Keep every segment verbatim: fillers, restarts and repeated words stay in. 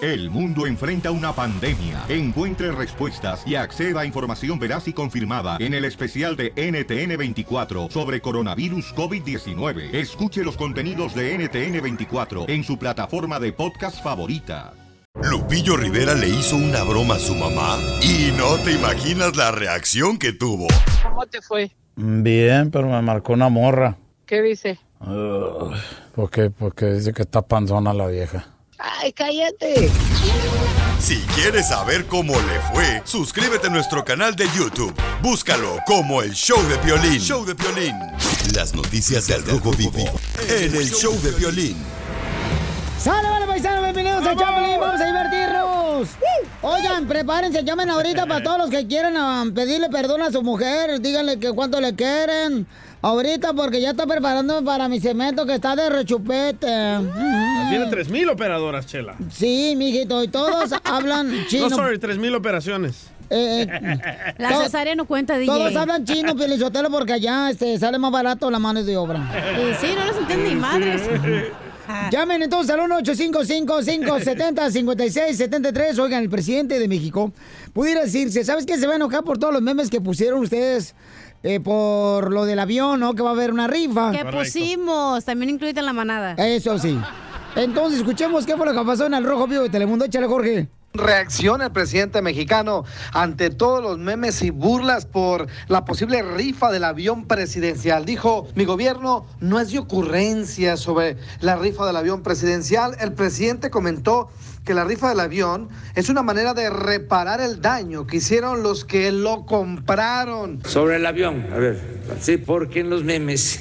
El mundo enfrenta una pandemia. Encuentre respuestas y acceda a información veraz y confirmada en el especial de N T N veinticuatro sobre coronavirus COVID diecinueve. Escuche los contenidos de N T N veinticuatro en su plataforma de podcast favorita. Lupillo Rivera le hizo una broma a su mamá y no te imaginas la reacción que tuvo. ¿Cómo te fue? Bien, pero me marcó una morra. ¿Qué dice? Uh, ¿Por qué? Porque dice que está panzona la vieja. ¡Ay, cállate! Si quieres saber cómo le fue, suscríbete a nuestro canal de YouTube. Búscalo como El Show de Piolín. Show de Piolín. Las noticias del Rojo Vivo en El Show de Piolín. ¡Sale, vale, paisanos! Bienvenidos al Chapulín. ¡Vamos a divertirnos! Oigan, prepárense, llamen ahorita para todos los que quieran um, pedirle perdón a su mujer. Díganle que cuánto le quieren. Ahorita, porque ya está preparándome para mi cemento que está de rechupete. Tiene tres mil operadoras, Chela. Sí, mijito, y todos hablan chino. No, sorry, tres mil operaciones. Eh, eh, La to- cesárea no cuenta, D J. Todos hablan chino, Pielizotelo, porque allá este, sale más barato la mano de obra. Y sí, no los entiende ni madres. Llamen entonces al uno ocho cinco cinco, cinco siete cero, cinco seis siete tres. Oigan, el presidente de México pudiera decirse, ¿sabes qué? Se va a enojar por todos los memes que pusieron ustedes eh, por lo del avión, ¿no? Que va a haber una rifa. Que pusimos, también incluida en la manada. Eso sí. Entonces, escuchemos qué fue lo que pasó en el Rojo Vivo de Telemundo. Échale, Jorge. Reacciona el presidente mexicano ante todos los memes y burlas por la posible rifa del avión presidencial. Dijo, mi gobierno no es de ocurrencia sobre la rifa del avión presidencial. El presidente comentó que la rifa del avión es una manera de reparar el daño que hicieron los que lo compraron. Sobre el avión, a ver, sí, porque en los memes...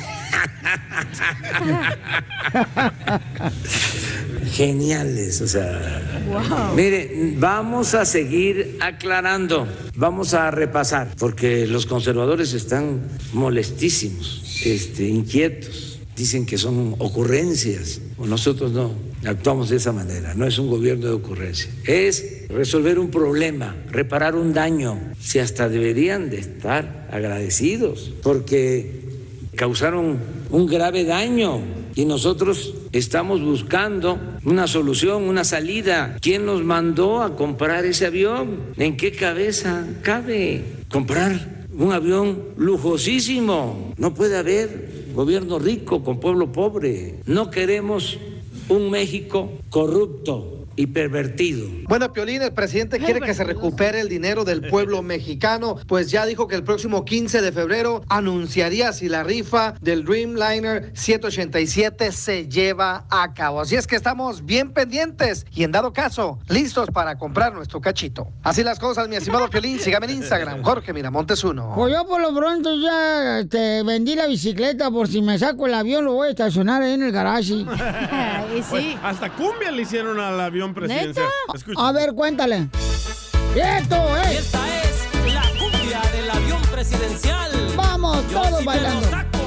Geniales, o sea... Wow. Mire, vamos a seguir aclarando, vamos a repasar, porque los conservadores están molestísimos, este, inquietos, dicen que son ocurrencias. Nosotros no actuamos de esa manera, no es un gobierno de ocurrencia, es resolver un problema, reparar un daño. Si hasta deberían de estar agradecidos, porque causaron un grave daño y nosotros estamos buscando una solución, una salida. ¿Quién nos mandó a comprar ese avión? ¿En qué cabeza cabe comprar un avión lujosísimo? No puede haber gobierno rico con pueblo pobre. No queremos un México corrupto y pervertido. Bueno, Piolín, el presidente quiere que se recupere el dinero del pueblo mexicano, pues ya dijo que el próximo quince de febrero anunciaría si la rifa del Dreamliner siete ochenta y siete se lleva a cabo. Así es que estamos bien pendientes y en dado caso, listos para comprar nuestro cachito. Así las cosas, mi estimado Piolín. Sígame en Instagram, Jorge Miramontes uno. Pues yo por lo pronto ya este, vendí la bicicleta, por si me saco el avión lo voy a estacionar ahí en el garage. Y sí. Pues, hasta cumbia le hicieron al avión presidencial. A ver, cuéntale. ¡Esto es! Y esta es la cumbia del avión presidencial. ¡Vamos, Yo todos sí bailando! te lo saco.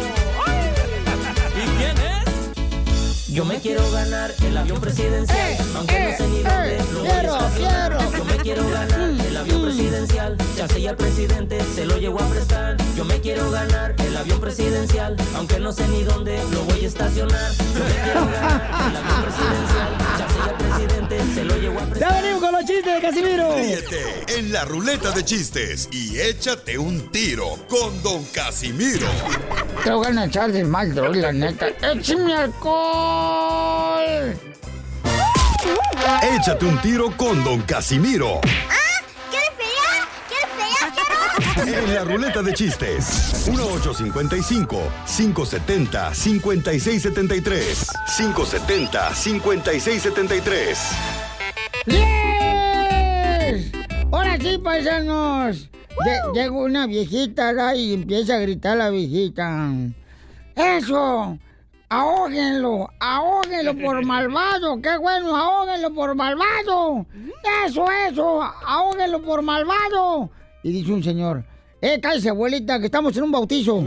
¿Y quién es? Yo me quiero ganar el avión presidencial, eh, aunque eh, no sé ni eh, dónde lo voy a quiero, estacionar. quiero. Yo me quiero ganar el avión presidencial, ya sé ya el presidente se lo llegó a prestar. Yo me quiero ganar el avión presidencial, aunque no sé ni dónde lo voy a estacionar. Yo me quiero ganar el avión presidencial, ya sé ya el presidente se lo llegó a prestar. ¡Ya venimos con los chistes de Casimiro! Ríete en la ruleta de chistes y échate un tiro con Don Casimiro. Te voy a echar de mal, droga, la neta. ¡Échame alcohol! Échate un tiro con Don Casimiro. ¿Quieres pelear? ¿Quieres pelear? En la ruleta de chistes. uno ocho cinco cinco, cinco siete cero, cinco seis siete tres. cinco siete cero, cinco seis siete tres. ¡Yes! ¡Ahora sí, paisanos! Lle- Llega una viejita ¿verdad? Y empieza a gritar la viejita. ¡Eso! ¡Ahóguenlo! ¡Ahóguenlo por malvado! ¡Qué bueno! ¡Ahóguenlo por malvado! ¡Eso, eso! ¡Ahóguenlo por malvado! Y dice un señor, ¡eh, cállese, abuelita, que estamos en un bautizo!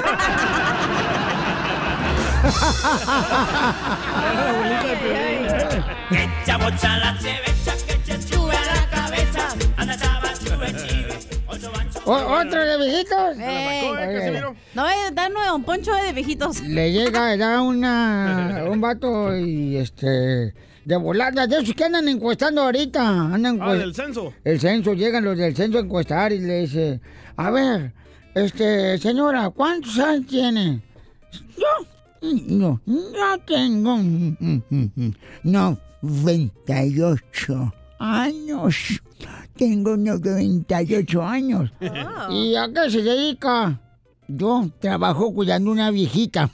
¿O- ¿Otro de viejitos? Eh, no, eh, danos un poncho de viejitos. Le llega, da una, un vato y este De volada, de esos que andan encuestando ahorita. Andan Ah, del censo. El censo, llegan los del censo a encuestar y le dice, a ver, este, señora, ¿cuántos años tiene? Yo, no, no tengo noventa y ocho años. Tengo noventa y ocho años. Oh. ¿Y a qué se dedica? Yo trabajo cuidando una viejita.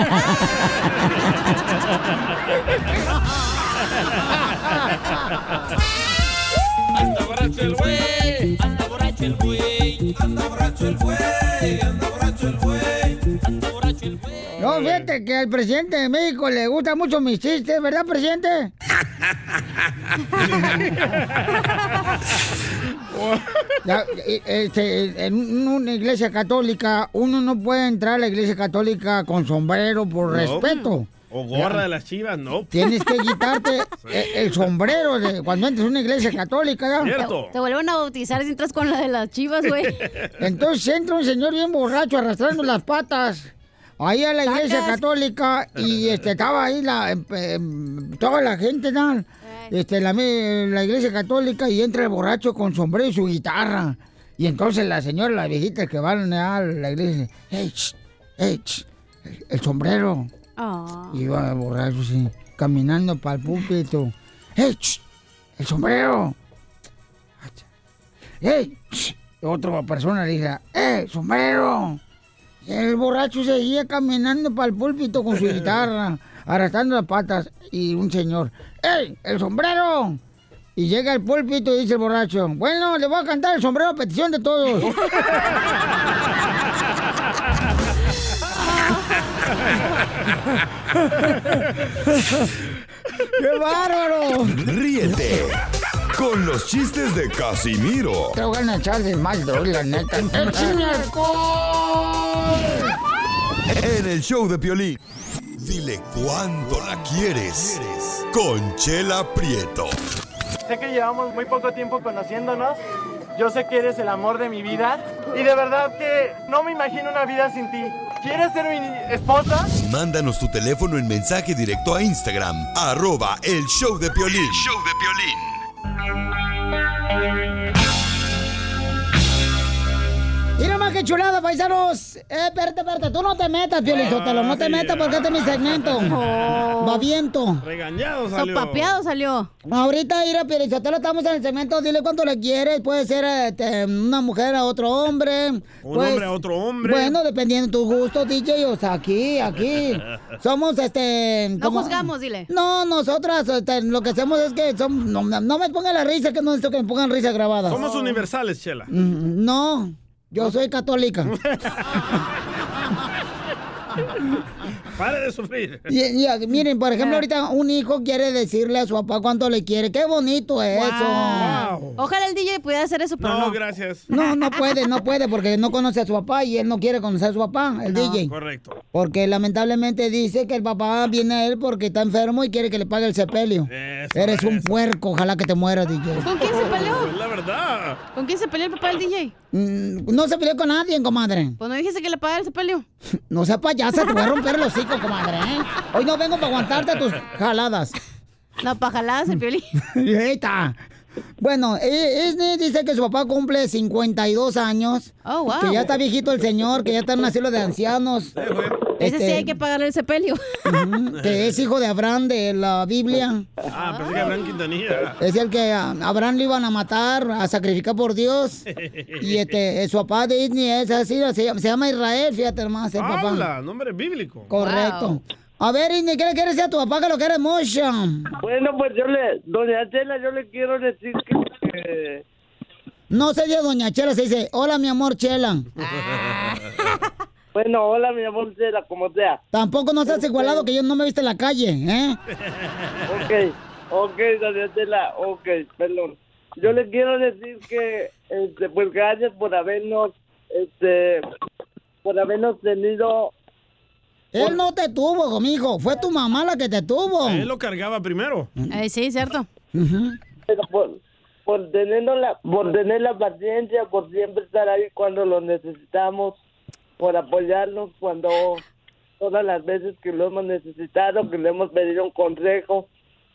Anda borracho el güey, anda borracho el güey, anda borracho el güey, anda borracho el güey, anda borracho el güey. No, fíjate que al presidente de México le gustan mucho mis chistes, ¿verdad, presidente? Ya, este, en una iglesia católica, uno no puede entrar a la iglesia católica con sombrero por No. respeto. O gorra Ya. de las chivas, no. Tienes que quitarte el, el sombrero de cuando entres a una iglesia católica. ¿ya? Cierto. Te vuelven a bautizar si entras con la de las chivas, güey. Entonces entra un señor bien borracho arrastrando las patas ahí a la iglesia Sacas. católica y este estaba ahí la, em, em, toda la gente, ¿no? Este, la, me- la iglesia católica y entra el borracho con sombrero y su guitarra. Y entonces la señora, las viejitas que van a la iglesia, ¡hey, ch, hey, ch, el sombrero! Oh. Y iba el borracho así, caminando para el púlpito. ¡Hey, ch, el sombrero! ¡Hey! ch. Otra persona le dice, ¡eh, sombrero! Y el borracho seguía caminando para el púlpito con su guitarra, arrastrando las patas. Y un señor, ¡ey, el sombrero! Y llega al púlpito y dice el borracho, bueno, le voy a cantar el sombrero a petición de todos. ¡Qué bárbaro! Ríete con los chistes de Casimiro Te voy a echar de mal, droga, la neta. ¡Échame alcohol! en el show de Piolín. Dile cuándo la quieres. Conchela Prieto. Sé que llevamos muy poco tiempo conociéndonos. Yo sé que eres el amor de mi vida. Y de verdad que no me imagino una vida sin ti. ¿Quieres ser mi esposa? Mándanos tu teléfono en mensaje directo a Instagram. Arroba el show de Piolín. El show de Piolín. Mira más que chulada, paisanos. Eh, espérate, espérate. Tú no te metas, Piolizotelo. No te metas porque este es mi segmento. Oh. Baviento. Regañado salió. Sopapeado salió. Ahorita, mira, Piolizotelo, estamos en el segmento. Dile cuánto le quieres. Puede ser este, una mujer a otro hombre. Un Pues, hombre a otro hombre. Bueno, dependiendo de tu gusto, D J. O sea, aquí, aquí. Somos, este... No como- juzgamos, dile. No, nosotras este, lo que hacemos es que somos... No, no me pongan la risa, que no necesito que me pongan risa grabada. Somos universales, Chela. Mm, No, yo soy católica. Pare de sufrir. Y, y, miren, por ejemplo, ahorita un hijo quiere decirle a su papá cuánto le quiere. ¡Qué bonito es eso! Wow. Ojalá el D J pudiera hacer eso, pero No, no. gracias. No, no puede, no puede, porque no conoce a su papá y él no quiere conocer a su papá, el No. D J. Correcto. Porque lamentablemente dice que el papá viene a él porque está enfermo y quiere que le pague el sepelio. Eso, Eres un eso. puerco, ojalá que te mueras, D J. ¿Con quién se peleó? Es la verdad. ¿Con quién se peleó el papá del D J? Mm, no se peleó con nadie, comadre. Pues no dijiste que le pagara el sepelio. No seas payasa, te voy a romper los hocico, comadre, ¿eh? Hoy no vengo para aguantarte tus jaladas. No, pa' jaladas el Piolín. Eita. Bueno, eh, Isni dice que su papá cumple cincuenta y dos años. Oh, wow. Que ya está viejito el señor, que ya está en un asilo de ancianos. Ese sí Este, hay que pagarle el sepelio. ujú, que es hijo de Abraham de la Biblia. Ah, pensé que Abraham Quintanilla. Es el que a Abraham le iban a matar, a sacrificar por Dios. Y este, eh, su papá de Isni es así, se llama, se llama Israel, fíjate hermano, el papá. Habla, nombre bíblico. Correcto. Wow. A ver, Isni, ¿qué le quieres decir a tu papá que lo quieres mucho? Bueno, pues yo le, doña Chela, yo le quiero decir que... que- No se dice doña Chela, se dice, hola mi amor Chela. Bueno, hola, mi amor Chela, como sea. Tampoco no seas igualado que yo no me viste en la calle, ¿eh? Ok, ok, doña Chela, ok, perdón. Yo le quiero decir que, este, pues gracias por habernos, este, por habernos tenido... Él no te tuvo, mijo, fue tu mamá la que te tuvo. Él lo cargaba primero. Eh, sí, cierto. Ujú. Pero por, por, tenernos la, por tener la paciencia, por siempre estar ahí cuando lo necesitamos, por apoyarnos cuando todas las veces que lo hemos necesitado, que le hemos pedido un consejo.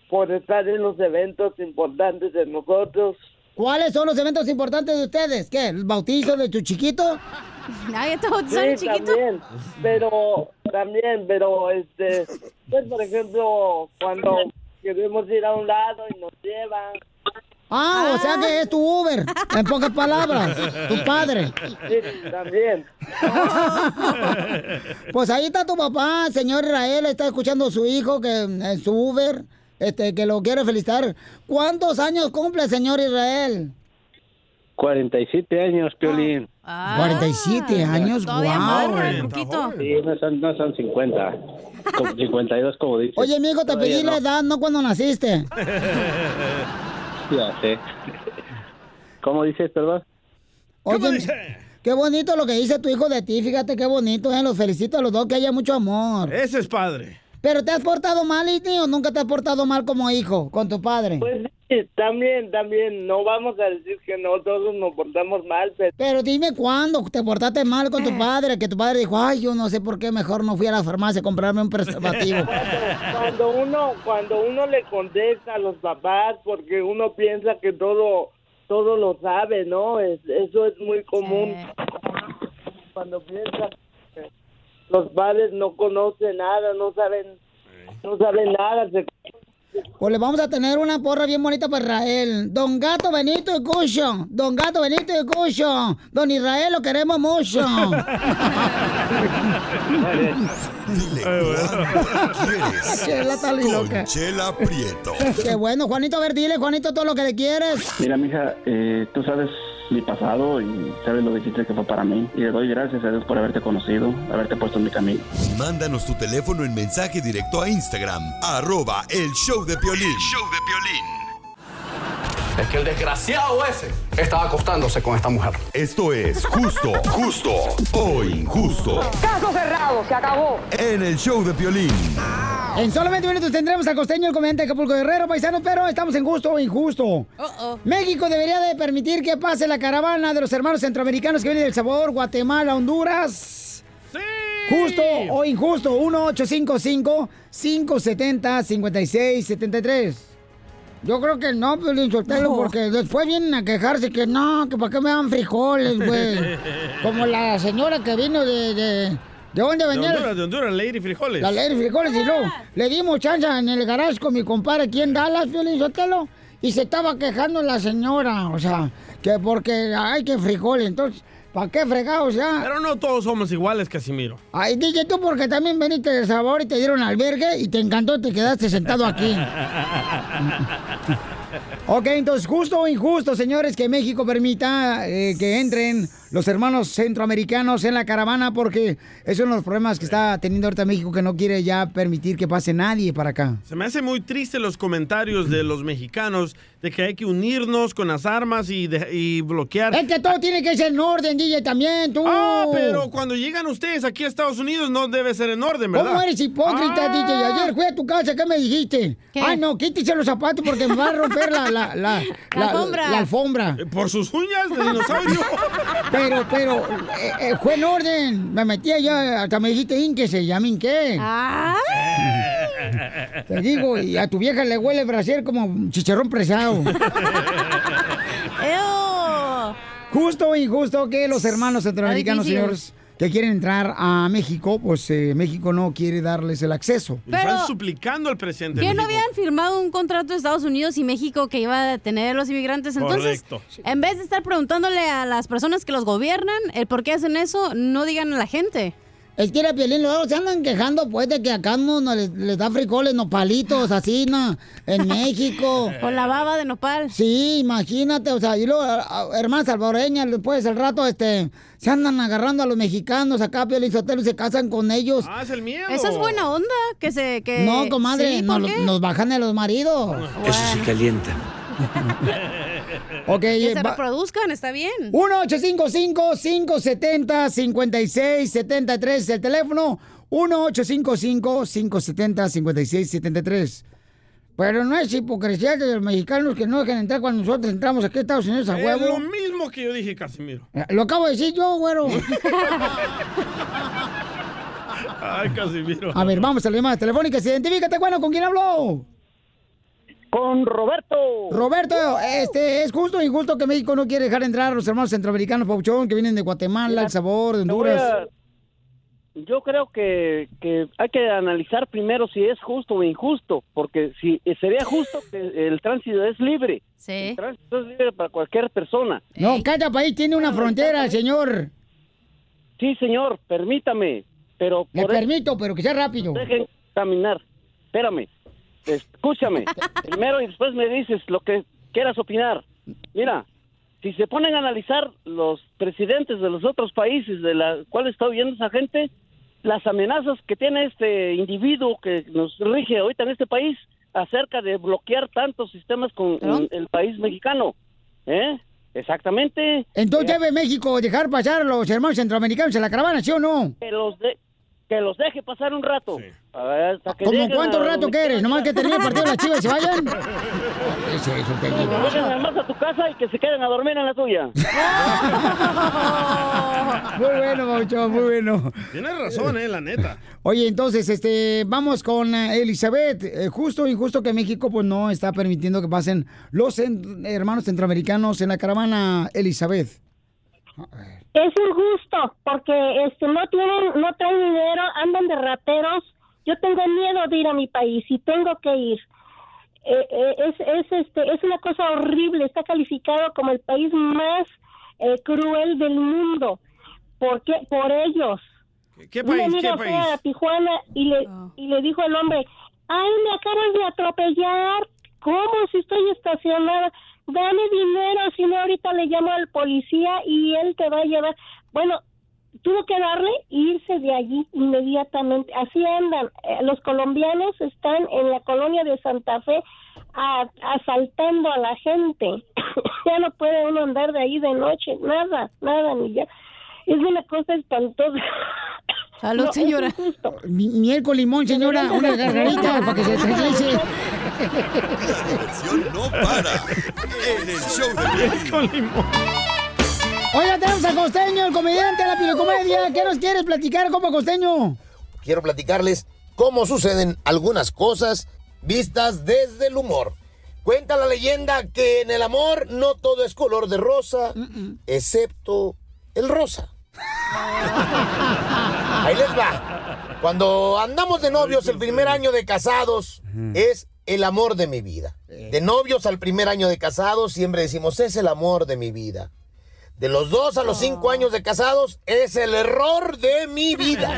por estar en los eventos importantes de nosotros. ¿Cuáles son los eventos importantes de ustedes? ¿Qué? ¿El bautizo de tu chiquito? Ay, ¿te bautizaron Sí, chiquito? también, pero, también, pero, este, pues, por ejemplo, cuando queremos ir a un lado y nos llevan. Ah, o sea que es tu Uber, en pocas palabras, tu padre. Sí, también. Pues ahí está tu papá, señor Israel, está escuchando a su hijo que en su Uber, este, que lo quiere felicitar. ¿Cuántos años cumple, señor Israel? cuarenta y siete años, Piolín. cuarenta y siete años, wow. Sí, no son, no son cincuenta. Como cincuenta y dos, como dices. Oye, mijo, te Todavía pedí no. la edad, no cuando naciste. Ya sé. ¿Cómo dices, perdón? Oye, qué bonito lo que dice tu hijo de ti, fíjate qué bonito, ¿eh? Los felicito a los dos, que haya mucho amor. Ese es padre. ¿Pero te has portado mal, Iti, o nunca te has portado mal como hijo con tu padre? Pues sí, también, también, no vamos a decir que no, todos nos portamos mal, pero... Pero dime cuándo te portaste mal con tu padre, que tu padre dijo, ay, yo no sé por qué mejor no fui a la farmacia a comprarme un preservativo. Cuando uno, cuando uno le contesta a los papás, porque uno piensa que todo, todo lo sabe, ¿no? Es, eso es muy común. Cuando piensa que los padres no conocen nada, no saben, no saben nada. Se... Pues le vamos a tener una porra bien bonita para Israel. Don Gato Benito y Cucho. Don Gato Benito y Cucho. Don Israel, lo queremos mucho. Dile cuánto quieres. Chela está Con loca. Chela Prieto. Qué bueno, Juanito, a ver, dile, Juanito, todo lo que le quieres. Mira, mija, eh, tú sabes mi pasado y sabes lo difícil que fue para mí. Y le doy gracias a Dios por haberte conocido, haberte puesto en mi camino. Mándanos tu teléfono en mensaje directo a Instagram, arroba el show de Piolín. El show de Piolín. Es que el desgraciado ese estaba acostándose con esta mujer. Esto es Justo, Justo o Injusto. Caso cerrado, se acabó. En el show de Piolín. En solamente minutos tendremos al costeño, el comediante de Acapulco Guerrero, paisanos, pero estamos en justo o injusto. Uh-oh. México debería de permitir que pase la caravana de los hermanos centroamericanos que vienen del Salvador, Guatemala, Honduras. ¡Sí! ¿Justo o injusto? uno ocho cinco cinco, cinco siete cero, cinco seis siete tres. Yo creo que no, Piolín Sotelo, No. porque después vienen a quejarse que no, que para qué me dan frijoles, güey. Como la señora que vino de... ¿De, ¿de dónde De venía? Honduras, de Honduras, Lady Frijoles. La ley de frijoles, y luego le dimos chance en el garage con mi compadre aquí en Dallas, Piolín Sotelo, y se estaba quejando la señora, o sea, que porque hay que frijoles, entonces, ¿para qué fregados ya? Pero no todos somos iguales, Casimiro. Ay, D J, tú porque también veniste de Salvador y te dieron albergue y te encantó, te quedaste sentado aquí. Ok, entonces, justo o injusto, señores, que México permita eh, que entren los hermanos centroamericanos en la caravana, porque es uno de los problemas que está teniendo ahorita México, que no quiere ya permitir que pase nadie para acá. Se me hace muy triste los comentarios de los mexicanos de que hay que unirnos con las armas y, de- y bloquear. Es que todo tiene que ser en orden, D J, también, tú. Ah, pero cuando llegan ustedes aquí a Estados Unidos no debe ser en orden, ¿verdad? ¿Cómo eres hipócrita, Ah. D J? Ayer fui a tu casa, ¿qué me dijiste? ¿Qué? Ay, no, quítese los zapatos porque me va a romper la, la, la, La alfombra. la alfombra. Eh, ¿Por sus uñas de dinosaurio? Pero, pero, eh, eh, fue en orden. Me metí allá, hasta me dijiste ínquese, ya me hinqué. Ah, Te digo, y a tu vieja le huele el brasier como chicharrón presado. ¡Ew! Justo o injusto que los hermanos centroamericanos, difícil. señores, que quieren entrar a México, pues eh, México no quiere darles el acceso. Le están Pero- suplicando al presidente. de ¿Qué no México. habían firmado un contrato de Estados Unidos y México que iba a detener a los inmigrantes? Entonces, Correcto. en vez de estar preguntándole a las personas que los gobiernan el por qué hacen eso, no digan a la gente. Es que era Piolín, luego se andan quejando, pues, de que acá no, no les, les da frijoles, no palitos, así, ¿no? En México. Con la baba de nopal. Sí, imagínate, o sea, y luego, a- a- hermanas salvadoreñas, después al rato, este, se andan agarrando a los mexicanos acá, Piolín Sotelo, y se casan con ellos. Ah, es el miedo. Eso es buena onda, que se... Que... No, comadre, Sí, nos, ¿por qué? nos bajan de los maridos. Eso sí calienta. Ok, Que eh, se va- reproduzcan, está bien. uno ocho cinco cinco, cinco siete cero, cinco seis siete tres es el teléfono. uno ocho cinco cinco, cinco siete cero, cinco seis siete tres. Pero no es hipocresía de los mexicanos que no dejan entrar cuando nosotros entramos aquí a Estados Unidos a Es lo huevo. mismo que yo dije, Casimiro. Eh, Lo acabo de decir yo, güero. Ay, Casimiro. A ver, vamos a la llamada telefónica. Identifícate, bueno, ¿con quién habló? Con Roberto. Roberto, este, ¿es justo o injusto que México no quiere dejar entrar a los hermanos centroamericanos, Pauchón, que vienen de Guatemala, El Salvador, de Honduras? A, yo creo que, que hay que analizar primero si es justo o injusto, porque si sería justo que el tránsito es libre. Sí. El tránsito es libre para cualquier persona. No, cada país tiene una frontera, señor. Sí, señor, permítame, pero... Le permito, pero que sea rápido. Dejen caminar, espérame. Escúchame, primero y después me dices lo que quieras opinar. Mira, si se ponen a analizar los presidentes de los otros países de la cual está huyendo esa gente, las amenazas que tiene este individuo que nos rige ahorita en este país acerca de bloquear tantos sistemas con el, el país mexicano, ¿eh? Exactamente. Entonces debe México dejar pasar a los hermanos centroamericanos en la caravana, ¿sí o no? Que los de... Que los deje pasar un rato. Sí. A ver, hasta que ¿Cómo cuánto rato quieres? ¿Nomás que termine el partido de las Chivas y se vayan? Eso, eso te digo. Que vayan más a tu casa y que se queden a dormir en la tuya. Muy bueno, Maucho, muy bueno. Tienes razón, eh, la neta. Oye, entonces, este, vamos con uh, Elizabeth. Eh, justo o injusto que México, pues, no está permitiendo que pasen los en, hermanos centroamericanos en la caravana, Elizabeth. Es injusto porque este no tienen, no traen dinero, andan de rateros. Yo tengo miedo de ir a mi país y tengo que ir. Eh, eh, es, es este es una cosa horrible. Está calificado como el país más eh, cruel del mundo. ¿Por qué? Por ellos. ¿Qué, qué país? Una amiga ¿Qué fue país? a Tijuana y le oh. y le dijo al hombre: "Ay, me acabas de atropellar. ¿Cómo? Si estoy estacionada. Dame dinero, si no ahorita le llamo al policía y él te va a llevar". Bueno, tuvo que darle e irse de allí inmediatamente. Así andan. Eh, los colombianos están en la colonia de Santa Fe a, asaltando a la gente. Ya no puede uno andar de ahí de noche, nada, nada, ni ya. Es una cosa espantosa. Salud, no, señora. Mi, miel con limón, señora, una gargarita para que se tranquilice. La diversión no para en el show de Piolín. Con limón. Oiga, tenemos al Costeño, el comediante de la Piolicomedia. ¿Qué nos quieres platicar, compa Costeño? Quiero platicarles cómo suceden algunas cosas vistas desde el humor. Cuenta la leyenda que en el amor no todo es color de rosa, uh-uh. excepto el rosa. Ahí les va. Cuando andamos de novios el primer año de casados, uh-huh. es el amor de mi vida. De novios al primer año de casados siempre decimos, es el amor de mi vida. De los dos a los cinco años de casados, es el error de mi vida.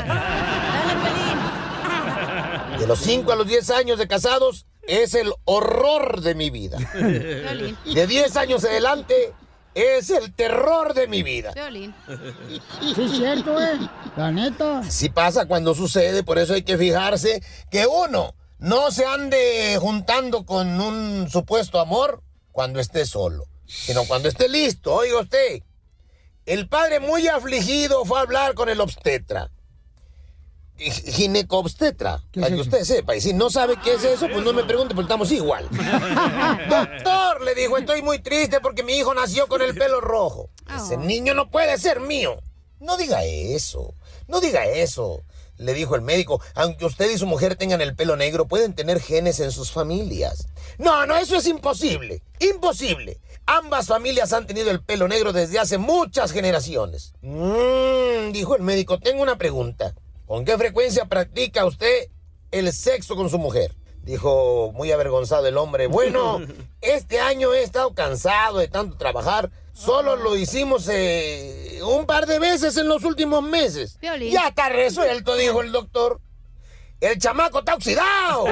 De los cinco a los diez años de casados, es el horror de mi vida. De diez años adelante, es el terror de mi vida. Sí, es cierto, eh. La neta. Así pasa cuando sucede, por eso hay que fijarse que uno no se ande juntando con un supuesto amor cuando esté solo, sino cuando esté listo. Oiga usted, el padre muy afligido fue a hablar con el obstetra. Ginecobstetra, para que usted sepa. Y si no sabe qué es eso, pues no me pregunte, porque estamos igual. Doctor, le dijo, estoy muy triste porque mi hijo nació con el pelo rojo. Ese niño no puede ser mío. No diga eso, no diga eso. Le dijo el médico, aunque usted y su mujer tengan el pelo negro, pueden tener genes en sus familias. No, no, eso es imposible, imposible. Ambas familias han tenido el pelo negro desde hace muchas generaciones. Mmm, dijo el médico, tengo una pregunta. ¿Con qué frecuencia practica usted el sexo con su mujer? Dijo muy avergonzado el hombre. Bueno, este año he estado cansado de tanto trabajar. Solo lo hicimos eh, un par de veces en los últimos meses. Piolín. Ya está resuelto, dijo el doctor. El chamaco está oxidado.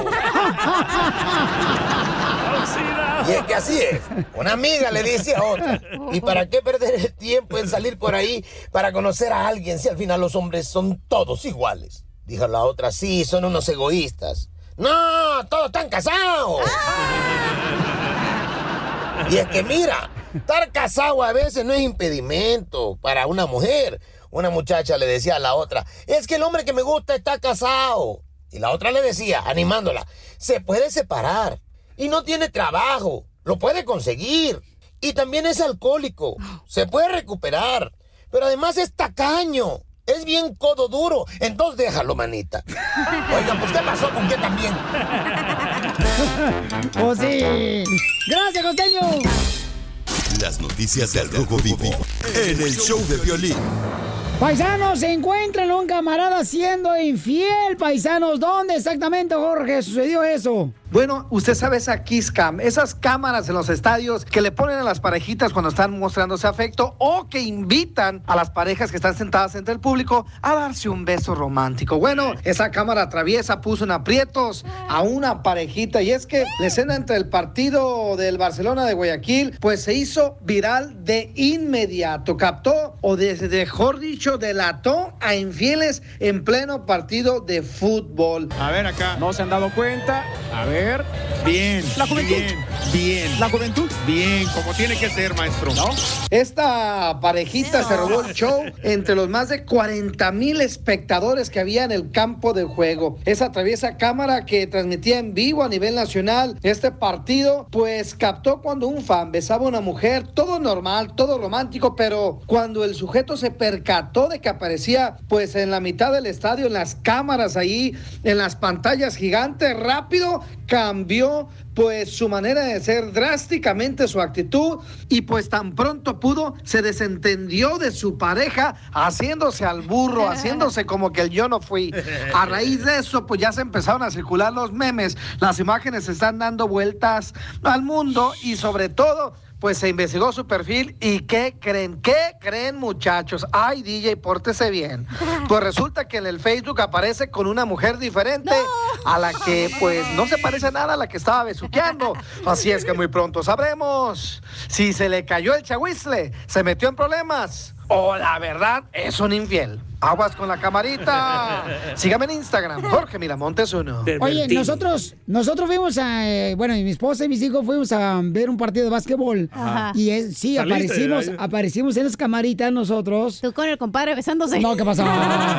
Y es que así es. Una amiga le dice a otra, ¿y para qué perder el tiempo en salir por ahí para conocer a alguien si al final los hombres son todos iguales? Dijo la otra, sí, son unos egoístas. No, todos están casados. Y es que mira, estar casado a veces no es impedimento para una mujer. Una muchacha le decía a la otra, es que el hombre que me gusta está casado. Y la otra le decía, animándola, se puede separar. Y no tiene trabajo, lo puede conseguir. Y también es alcohólico, se puede recuperar. Pero además es tacaño. Es bien codo duro. Entonces déjalo, manita. Oigan, pues ¿qué pasó con qué también? ¡Oh, sí! ¡Gracias, costeño! Las noticias del Rojo Vivo en el show de Piolín. Paisanos, se encuentran a un camarada siendo infiel, paisanos. ¿Dónde exactamente, Jorge, sucedió eso? Bueno, usted sabe esa Kiss Cam, esas cámaras en los estadios que le ponen a las parejitas cuando están mostrándose afecto o que invitan a las parejas que están sentadas entre el público a darse un beso romántico. Bueno, esa cámara traviesa puso en aprietos a una parejita y es que la escena entre el partido del Barcelona de Guayaquil pues se hizo viral de inmediato. Captó o desde mejor dicho delató a infieles en pleno partido de fútbol. A ver acá, ¿no se han dado cuenta? A ver. Bien. La juventud. Bien, bien. La juventud. Bien, como tiene que ser, maestro, ¿no? Esta parejita se robó el show entre los más de cuarenta mil espectadores que había en el campo de juego. Esa traviesa cámara que transmitía en vivo a nivel nacional este partido, pues captó cuando un fan besaba a una mujer, todo normal, todo romántico, pero cuando el sujeto se percató de que aparecía pues en la mitad del estadio, en las cámaras ahí, en las pantallas gigantes, rápido cambió pues su manera de ser, drásticamente su actitud, y pues tan pronto pudo se desentendió de su pareja haciéndose al burro, haciéndose como que el yo no fui. A raíz de eso pues ya se empezaron a circular los memes, las imágenes se están dando vueltas al mundo y sobre todo pues se investigó su perfil y ¿qué creen? ¿Qué creen, muchachos? Ay, D J, pórtese bien. Pues resulta que en el Facebook aparece con una mujer diferente no. a la que pues no se parece nada a la que estaba besuqueando. Así es que muy pronto sabremos si se le cayó el chahuizle, se metió en problemas o la verdad es un infiel. Aguas con la camarita. Sígame en Instagram, Jorge Miramontes uno. Oye, nosotros nosotros fuimos a, eh, bueno, y mi esposa y mis hijos fuimos a ver un partido de básquetbol. Ajá. Y es, sí, ¿saliste? aparecimos aparecimos en las camaritas nosotros. ¿Tú con el compadre besándose? No, ¿qué pasó?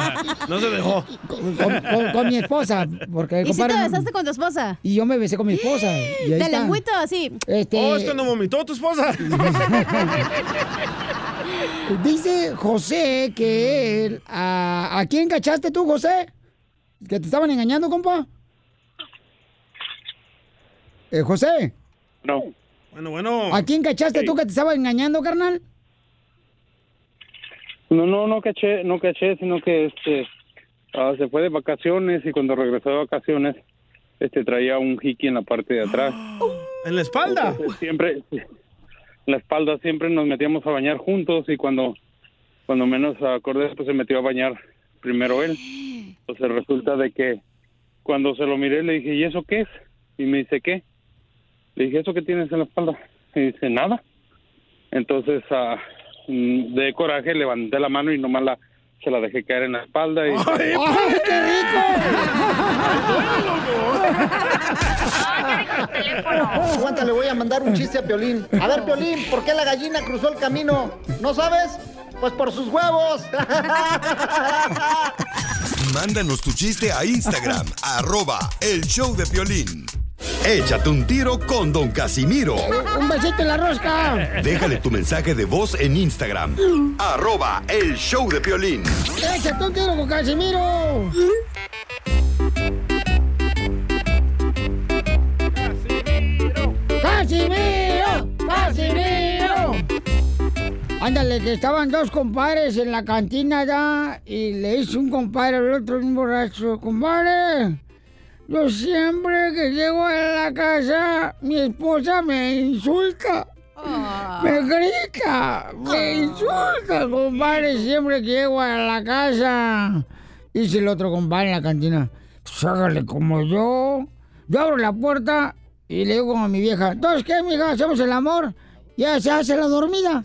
No se dejó. Con, con, con, con mi esposa. Porque el ¿Y compadre, si te besaste con tu esposa? Y yo me besé con mi esposa. ¿De lengüito así? Este... Oh, es cuando vomitó tu esposa. Dice José que él... ¿A, ¿A quién cachaste tú, José? ¿Que te estaban engañando, compa? Eh, José. No. Bueno, bueno. ¿A quién cachaste sí. tú que te estaba engañando, carnal? No, no, no caché, no caché, sino que este uh, se fue de vacaciones y cuando regresó de vacaciones este traía un jiqui en la parte de atrás. ¿En la espalda? Entonces, siempre... En la espalda siempre nos metíamos a bañar juntos y cuando cuando menos acordé pues se metió a bañar primero él. Entonces resulta de que cuando se lo miré le dije, ¿y eso qué es? Y me dice, ¿qué? Le dije, ¿eso qué tienes en la espalda? Y dice, nada. Entonces uh, de coraje levanté la mano y nomás la se la dejé caer en la espalda y... ¡Ay, ¡Ay qué rico! Aguanta, le voy a mandar un chiste a Piolín. A ver, Piolín, ¿por qué la gallina cruzó el camino? ¿No sabes? Pues por sus huevos. Mándanos tu chiste a Instagram, arroba el show de Piolín. Échate un tiro con Don Casimiro. Un besito en la rosca. Déjale tu mensaje de voz en Instagram, arroba el show de Piolín. Échate un tiro con Casimiro. ¡Casimiro! ¡Casimiro! Ándale, que estaban dos compadres en la cantina ya y le hizo un compadre al otro un borracho. Compadre, yo siempre que llego a la casa, mi esposa me insulta. Oh. Me grita, me insulta, compadre, siempre que llego a la casa. Dice el otro compadre en la cantina, pues hágale como yo. Yo abro la puerta y le digo a mi vieja, ¿entonces qué, mija? ¿Hacemos el amor? Ya se hace la dormida.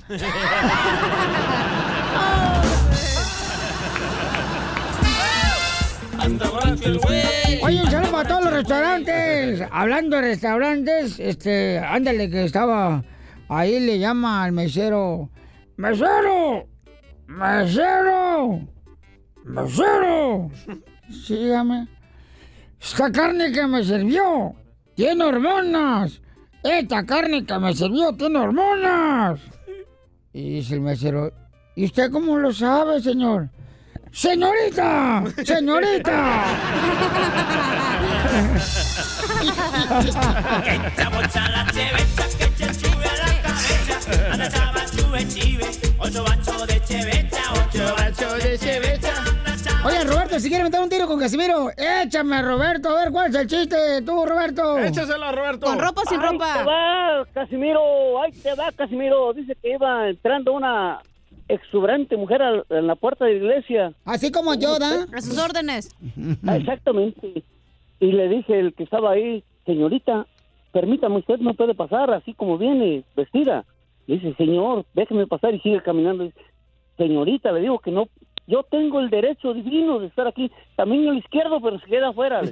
Oye, un saludo para todos los restaurantes. Hablando de restaurantes, este, ándale que estaba ahí, le llama al mesero, ¡mesero! ¡Mesero! ¡Mesero! Sígame. Esta carne que me sirvió tiene hormonas. Esta carne que me sirvió tiene hormonas. Y dice el mesero, ¿y usted cómo lo sabe, señor? ¡Señorita! ¡Señorita! Oye, Roberto, si quieres meter un tiro con Casimiro, échame, Roberto. A ver, ¿cuál es el chiste? Tú, Roberto. Échaselo, Roberto. ¿Con ropa o sin Ahí ropa? te va, Casimiro. Ahí te va, Casimiro. Dice que iba entrando una exuberante mujer al- en la puerta de la iglesia. Así como yo, ¿da? A sus órdenes. Ah, exactamente. Y le dije el que estaba ahí, señorita, permítame, usted no puede pasar así como viene, vestida. Le dice, señor, déjeme pasar, y sigue caminando. Dice, señorita, le digo que no, yo tengo el derecho divino de estar aquí, también el izquierdo, pero se queda afuera.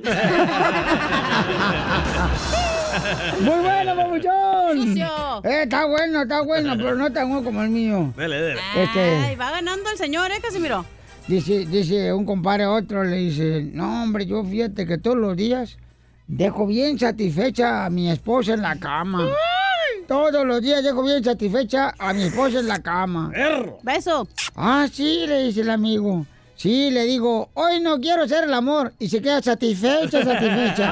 Muy bueno, babuchón. Sucio. Eh, está bueno, está bueno, pero no tan bueno como el mío. Dele, dele. Este, Ay, va ganando el señor, ¿eh, Casimiro? dice, dice un compadre a otro, le dice, no, hombre, yo fíjate que todos los días dejo bien satisfecha a mi esposa en la cama. Todos los días dejo bien satisfecha a mi esposa en la cama. Beso. Ah, sí, le dice el amigo. Sí, le digo, hoy no quiero hacer el amor. Y se queda satisfecha, satisfecha.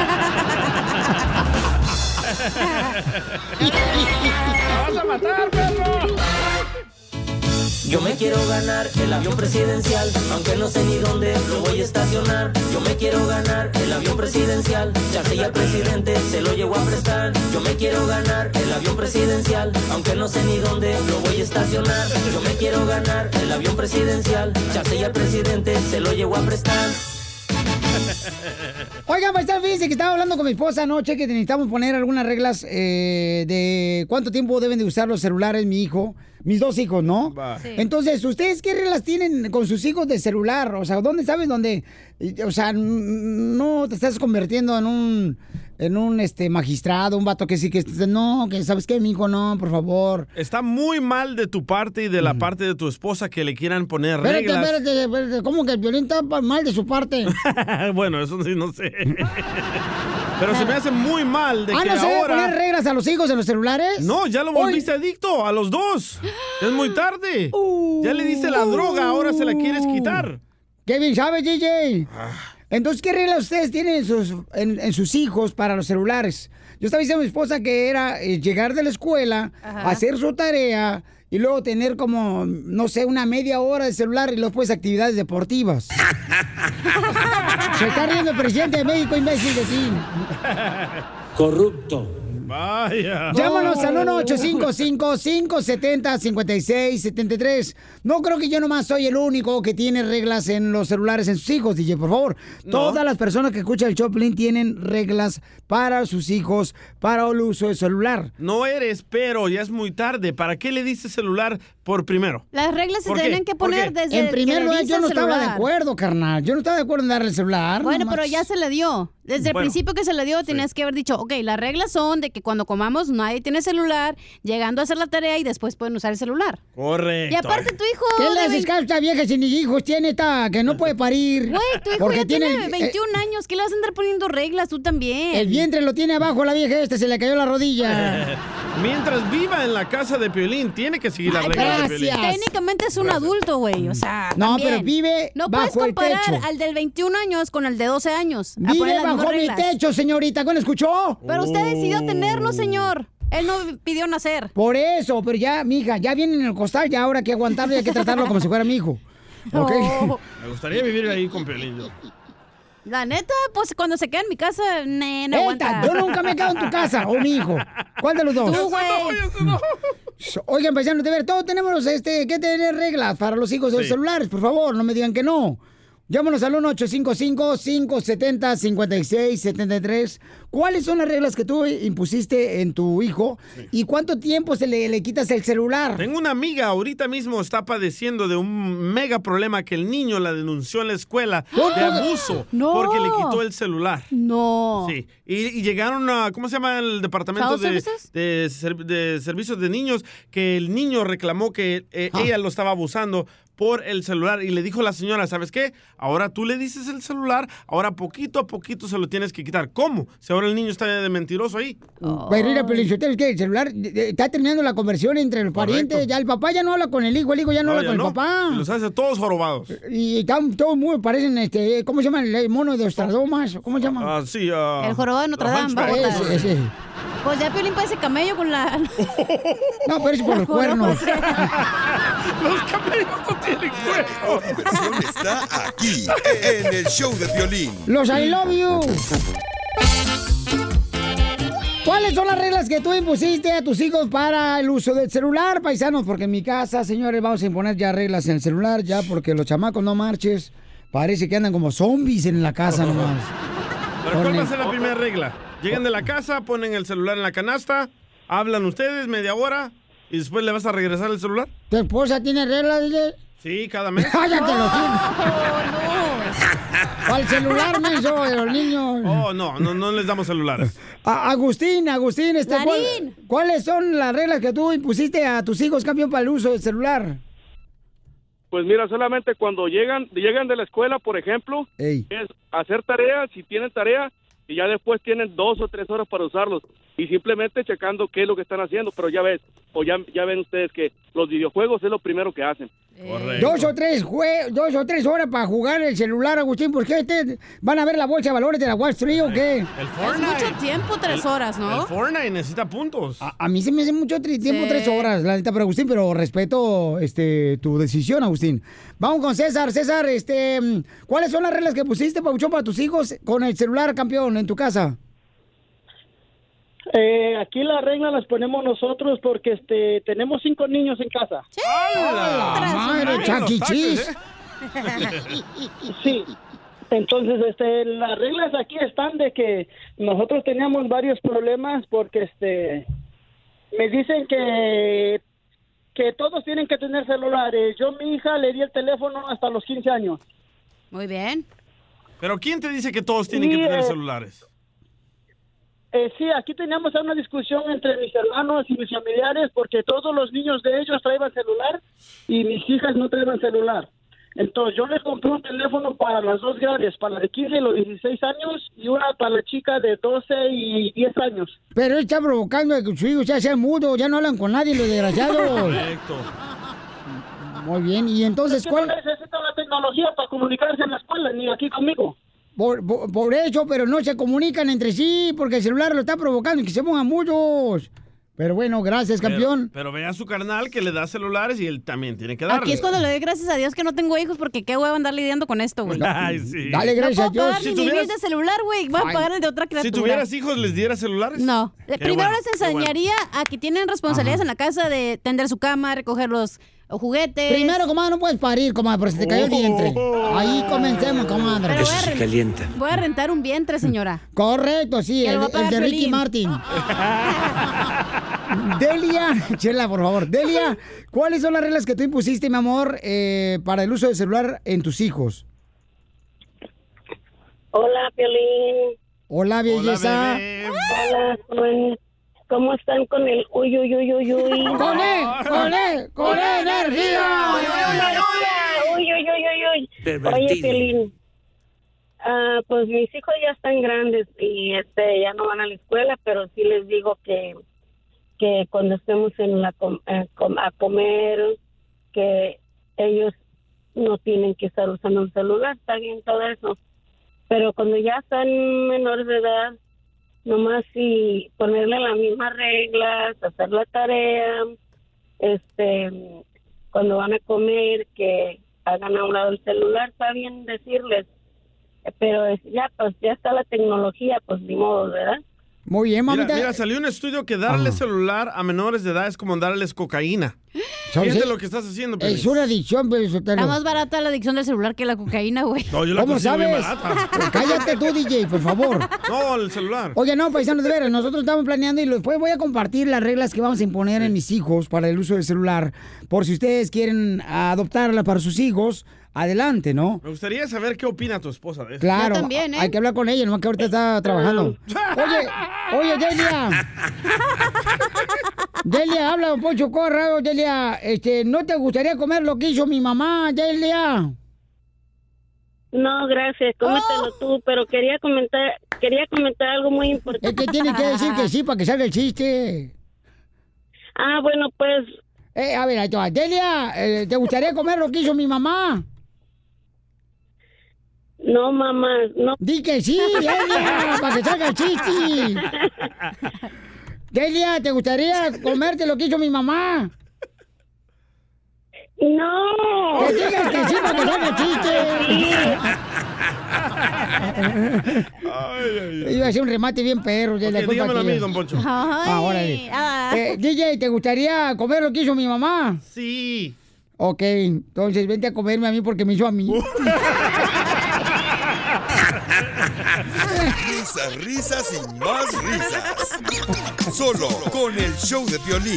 ¡Vas a matar, perro! Yo me quiero ganar el avión presidencial, aunque no sé ni dónde lo voy a estacionar. Yo me quiero ganar el avión presidencial, ya sé ya el presidente se lo llevó a prestar. Yo me quiero ganar el avión presidencial, aunque no sé ni dónde lo voy a estacionar. Yo me quiero ganar el avión presidencial, ya sé ya el presidente se lo llevó a prestar. Oigan, paisano, fíjense que estaba hablando con mi esposa anoche que necesitamos poner algunas reglas eh, de cuánto tiempo deben de usar los celulares mi hijo, mis dos hijos, ¿no? Va. Sí. Entonces, ¿ustedes qué reglas tienen con sus hijos de celular? O sea, ¿dónde sabes dónde? O sea, n- no te estás convirtiendo en un en un este magistrado, un vato que sí que no, que sabes qué, mi hijo, no, por favor. Está muy mal de tu parte y de la parte de tu esposa que le quieran poner Espérate, reglas. espérate, espérate, ¿cómo que el violín está pa- mal de su parte? Bueno, eso sí, no sé. Pero se me hace muy mal de ah, que ¿no se debe ahora... poner reglas a los hijos en los celulares? No, ya lo volviste adicto a los dos. Es muy tarde. Ya le diste la droga, ahora se la quieres quitar. Qué bien sabes, D J. Entonces, ¿qué reglas ustedes tienen en sus, en, en sus hijos para los celulares? Yo estaba diciendo a mi esposa que era eh, llegar de la escuela, Ajá. hacer su tarea y luego tener como, no sé, una media hora de celular y luego pues actividades deportivas. Se está riendo el presidente de México, imbécil de ti. Corrupto. Vaya. Llámanos al uno ocho cinco cinco, cinco siete cero, cinco seis siete tres. No creo que yo nomás soy el único que tiene reglas en los celulares en sus hijos, D J, por favor. No. Todas las personas que escuchan el Choplin tienen reglas para sus hijos, para el uso del celular. No eres, pero ya es muy tarde. ¿Para qué le diste celular por primero? Las reglas se ¿Por qué? tienen que ¿Por poner qué? desde En el primer que le lugar, diste yo el no estaba de celular. acuerdo, carnal. Yo no estaba de acuerdo en darle el celular. Bueno, no pero manches. ya se le dio. Desde el Bueno. principio que se le dio, tenías que haber dicho, ok, las reglas son de que cuando comamos nadie tiene celular, llegando a hacer la tarea y después pueden usar el celular. Correcto. Y aparte tu hijo... ¿Qué le de haces veinte caso a esta vieja si ni hijos tiene esta que no puede parir? Güey, tu hijo Porque ya tiene, tiene el- veintiún años, ¿qué le vas a andar poniendo reglas tú también? El vientre lo tiene abajo la vieja esta, se le cayó la rodilla. Mientras viva en la casa de Piolín, tiene que seguir las Ay, reglas de gracias. Piolín. Técnicamente es un adulto, güey, o sea, No, también. pero vive No bajo puedes el comparar techo. al del veintiún años con el de doce años. a poner Vive las mismas bajo mi reglas. techo, señorita. ¿Cuándo escuchó? Pero usted decidió tenerlo, señor. Él no pidió nacer. Por eso, pero ya, mija, ya viene en el costal, ya ahora hay que aguantarlo y hay que tratarlo como si fuera mi hijo. ¿Ok? Oh. Me gustaría vivir ahí con Piolín. yo. La neta, pues cuando se queda en mi casa, ne, no Esta, aguanta. yo nunca me he quedado en tu casa, o mi hijo. ¿Cuál de los dos? Tú, güey. Oigan, paisanos, de ver, todos tenemos este, que tener reglas para los hijos de los Sí. celulares, por favor, no me digan que no. Llámanos al uno ocho cinco cinco, cinco siete cero, cinco seis siete tres. ¿Cuáles son las reglas que tú impusiste en tu hijo? ¿Y cuánto tiempo se le, le quitas el celular? Tengo una amiga, ahorita mismo está padeciendo de un mega problema que el niño la denunció en la escuela de abuso No. porque le quitó el celular. No. Sí, y, y llegaron a, ¿cómo se llama el departamento ¿Child de, services? de, ser- de servicios de niños? Que el niño reclamó que eh, Ah. ella lo estaba abusando por el celular. Y le dijo la señora, ¿sabes qué? Ahora tú le dices el celular, ahora poquito a poquito se lo tienes que quitar. ¿Cómo? Si ahora el niño está de mentiroso ahí. Pero mira, Pelichotelo, es que el celular eh, está terminando la conversión entre los parientes. Ya el papá ya no habla con el hijo, el hijo ya no, No, habla ya con no. el papá. Y los hace todos jorobados. Y están todos muy, parecen, este, ¿cómo se llama? El mono de Ostradomas, ¿cómo se llama? Ah, sí, ah, El jorobado de Notre the Dame, Hunchback. babotas. Ese, ese. Pues ya Piolín parece camello con la... No, pero es por los cuernos. Los camellos no tienen cuernos. La diversión está aquí, en el show de Piolín. Los I love you. ¿Cuáles son las reglas que tú impusiste a tus hijos para el uso del celular, paisanos? Porque en mi casa, señores, vamos a imponer ya reglas en el celular, ya porque los chamacos no marches. Parece que andan como zombies en la casa nomás. ¿Pero cuál va a ser la primera regla? Llegan de la casa, ponen el celular en la canasta, hablan ustedes media hora y después le vas a regresar el celular. ¿Tu esposa tiene reglas, D J? Sí, cada mes. ¡Cállate los hijos! Al celular, menso, de los niños. Oh, no, no, no les damos celulares. A- Agustín, Agustín, este, ¿cuál- Larín. ¿cuáles son las reglas que tú impusiste a tus hijos, campeón, para el uso del celular? Pues mira, solamente cuando llegan llegan de la escuela, por ejemplo, Ey. es hacer tarea, si tienen tarea, y ya después tienen dos o tres horas para usarlos. Y simplemente checando qué es lo que están haciendo, pero ya ves, o ya, ya ven ustedes que los videojuegos es lo primero que hacen. Correcto. Dos o tres jue- dos o tres horas para jugar el celular, Agustín. ¿Por qué este- van a ver la bolsa de valores de la Wall Street o qué? El Es Fortnite. mucho tiempo, tres horas, ¿no? El Fortnite necesita puntos. A, a mí se me hace mucho tri- tiempo, Sí. tres horas, la neta, pero Agustín, pero respeto este, tu decisión, Agustín. Vamos con César. César, este, ¿cuáles son las reglas que pusiste, Pauchón, para tus hijos con el celular, campeón, en tu casa? Eh, aquí las reglas las ponemos nosotros porque este tenemos cinco niños en casa. ¡Hala, madre, chaquichis! Sí. Entonces, este, las reglas aquí están de que nosotros teníamos varios problemas porque este me dicen que que todos tienen que tener celulares. Yo a mi hija le di el teléfono hasta los quince años. Muy bien. Pero ¿quién te dice que todos tienen Sí, que tener eh, celulares? Eh, sí, aquí teníamos una discusión entre mis hermanos y mis familiares porque todos los niños de ellos traían celular y mis hijas no traían celular. Entonces yo les compré un teléfono para las dos grandes, para la de quince y los dieciséis años y una para la chica de doce y diez años. Pero él está provocando que sus hijos ya sean mudos, ya no hablan con nadie, los desgraciados. Correcto. Muy bien, y entonces, Es que ¿cuál? no necesitan la tecnología para comunicarse en la escuela, ni aquí conmigo. Por, por, por eso, pero no se comunican entre sí, porque el celular lo está provocando y que se pongan mudos. Pero bueno, gracias, campeón. Pero, pero ve a su carnal que le da celulares y él también tiene que darle. Aquí es cuando le doy gracias a Dios que no tengo hijos porque qué huevo andar lidiando con esto, güey. Ay, sí. Dale gracias no puedo a pagar Dios. ni Si mi tuvieras- bill de celular, güey. Voy a Ay. pagar el de otra criatura. Si tuvieras hijos, ¿les dieras celulares? No. Qué Primero bueno, les qué bueno. enseñaría a que tienen responsabilidades en la casa de tender su cama, recoger los juguetes. Primero, comadre, no puedes parir, comadre, porque se te cayó el vientre. Ahí comencemos, comadre. Pero voy a, ren- calienta. voy a rentar un vientre, señora. Correcto, sí, Que el, lo va a el pagar de Ricky Piolín. Martin. Delia, Chela, por favor. Delia, ¿cuáles son las reglas que tú impusiste, mi amor, eh, para el uso del celular en tus hijos? Hola, Piolín. Hola, belleza. Hola, ¿cómo, cómo están con el uy, uy, uy, uy, uy? ¡Con él! ¡Con él! ¡Con energía! Uy, uy, uy, uy, uy. Pervertido. Oye, Piolín, ah, pues mis hijos ya están grandes y este ya no van a la escuela, pero sí les digo que que cuando estemos en la com- eh, com- a comer, que ellos no tienen que estar usando un celular, está bien todo eso. Pero cuando ya están menores de edad, nomás si ponerle las mismas reglas, hacer la tarea, este, cuando van a comer, que hagan a un lado el celular, está bien decirles, pero es- ya pues ya está la tecnología, pues ni modo, ¿verdad? Muy bien, Mira, mamita. mira, salió un estudio que darle Ah. celular a menores de edad es como darles cocaína. ¿Sabes? Fíjate lo que estás haciendo, Piolín. Es una adicción, pero eso te Está lo- más barata la adicción del celular que la cocaína, güey. No, yo la ¿Cómo consigo bien sabes? barata. Cállate tú, D J, por favor. No, el celular. Oye, no, paisanos, de veras, nosotros estamos planeando y después voy a compartir las reglas que vamos a imponer en mis hijos para el uso del celular. Por si ustedes quieren adoptarla para sus hijos, adelante, ¿no? Me gustaría saber qué opina tu esposa de eso. Claro, también, ¿eh? hay que hablar con ella, nomás que ahorita está trabajando. Oye, oye, Delia. Delia, habla don Poncho Corrado. Delia, este, ¿no te gustaría comer lo que hizo mi mamá, Delia? No, gracias, cómetelo Oh. tú, pero quería comentar, quería comentar algo muy importante. Es que tiene que decir que sí para que salga el chiste. Ah, bueno, pues... Eh, a ver, ahí te va. Delia, eh, ¿te gustaría comer lo que hizo mi mamá? No, mamá, no. Di que sí, Delia, para que salga el chiste. Delia, ¿te gustaría comerte lo que hizo mi mamá? No. Que digas que sí para que salga el chiste. Iba a hacer un remate bien perro. Delia, Ok, dígamelo a mí, don Poncho. Ah, órale. ah. Eh, D J, ¿te gustaría comer lo que hizo mi mamá? Sí. Ok, entonces vente a comerme a mí porque me hizo a mí. Risas, risas y más risas. Solo con el show de Piolín.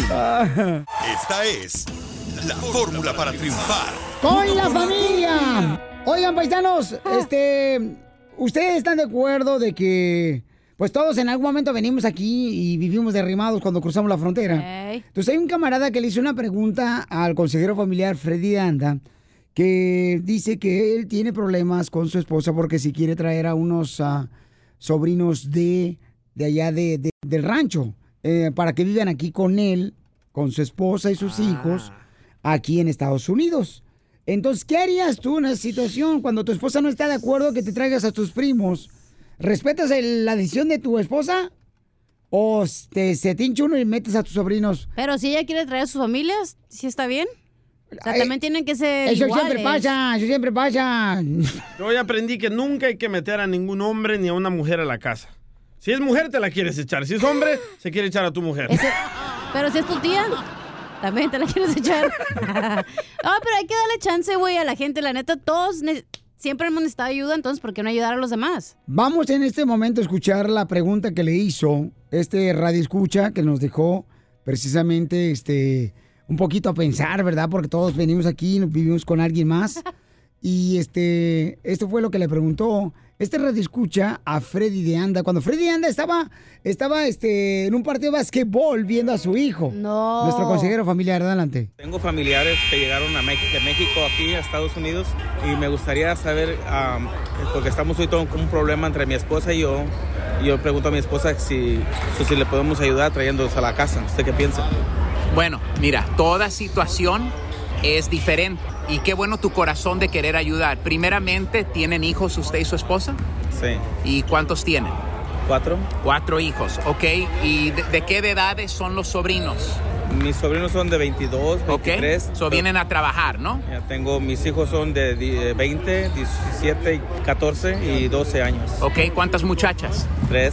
Esta es la fórmula para triunfar. ¡Con la familia! Oigan, paisanos, este... ¿Ustedes están de acuerdo de que... Pues todos en algún momento venimos aquí y vivimos derrimados cuando cruzamos la frontera? Hey. Entonces hay un camarada que le hizo una pregunta al consejero familiar Freddy de Anda, que dice que él tiene problemas con su esposa porque si quiere traer a unos uh, sobrinos de, de allá de, de, del rancho eh, para que vivan aquí con él, con su esposa y sus ah. hijos, aquí en Estados Unidos. Entonces, ¿qué harías tú en esa situación cuando tu esposa no está de acuerdo que te traigas a tus primos? ¿Respetas el, la decisión de tu esposa? ¿O te, se te hincha uno y metes a tus sobrinos? Pero si ella quiere traer a sus familias, ¿sí está bien? O sea, también tienen que ser Eso iguales. siempre pasa, eso siempre pasa. Yo ya aprendí que nunca hay que meter a ningún hombre ni a una mujer a la casa. Si es mujer, te la quieres echar. Si es hombre, se quiere echar a tu mujer. Ese, pero si es tu tía, también te la quieres echar. No, pero hay que darle chance, güey, a la gente. La neta, todos ne- siempre hemos necesitado ayuda, entonces, ¿por qué no ayudar a los demás? Vamos en este momento a escuchar la pregunta que le hizo este radio escucha, que nos dejó precisamente este... un poquito a pensar, ¿verdad? Porque todos venimos aquí, vivimos con alguien más. Y este, esto fue lo que le preguntó este radio escucha a Freddy de Anda. Cuando Freddy de Anda estaba, estaba este, en un partido de basquetbol viendo a su hijo. No. Nuestro consejero familiar, adelante. Tengo familiares que llegaron a México, de México aquí a Estados Unidos y me gustaría saber, um, porque estamos hoy con un problema entre mi esposa y yo. Y yo pregunto a mi esposa si, si le podemos ayudar trayéndolos a la casa. ¿Usted qué piensa? Bueno, mira, toda situación es diferente y qué bueno tu corazón de querer ayudar. Primeramente, ¿tienen hijos usted y su esposa? Sí. ¿Y cuántos tienen? Cuatro. Cuatro hijos, ok. ¿Y de, de qué edades son los sobrinos? Mis sobrinos son de veintidós, veintitrés. Ok, so vienen a trabajar, ¿no? Ya tengo, mis hijos son de veinte, diecisiete, catorce y doce años. Ok, ¿cuántas muchachas? Tres.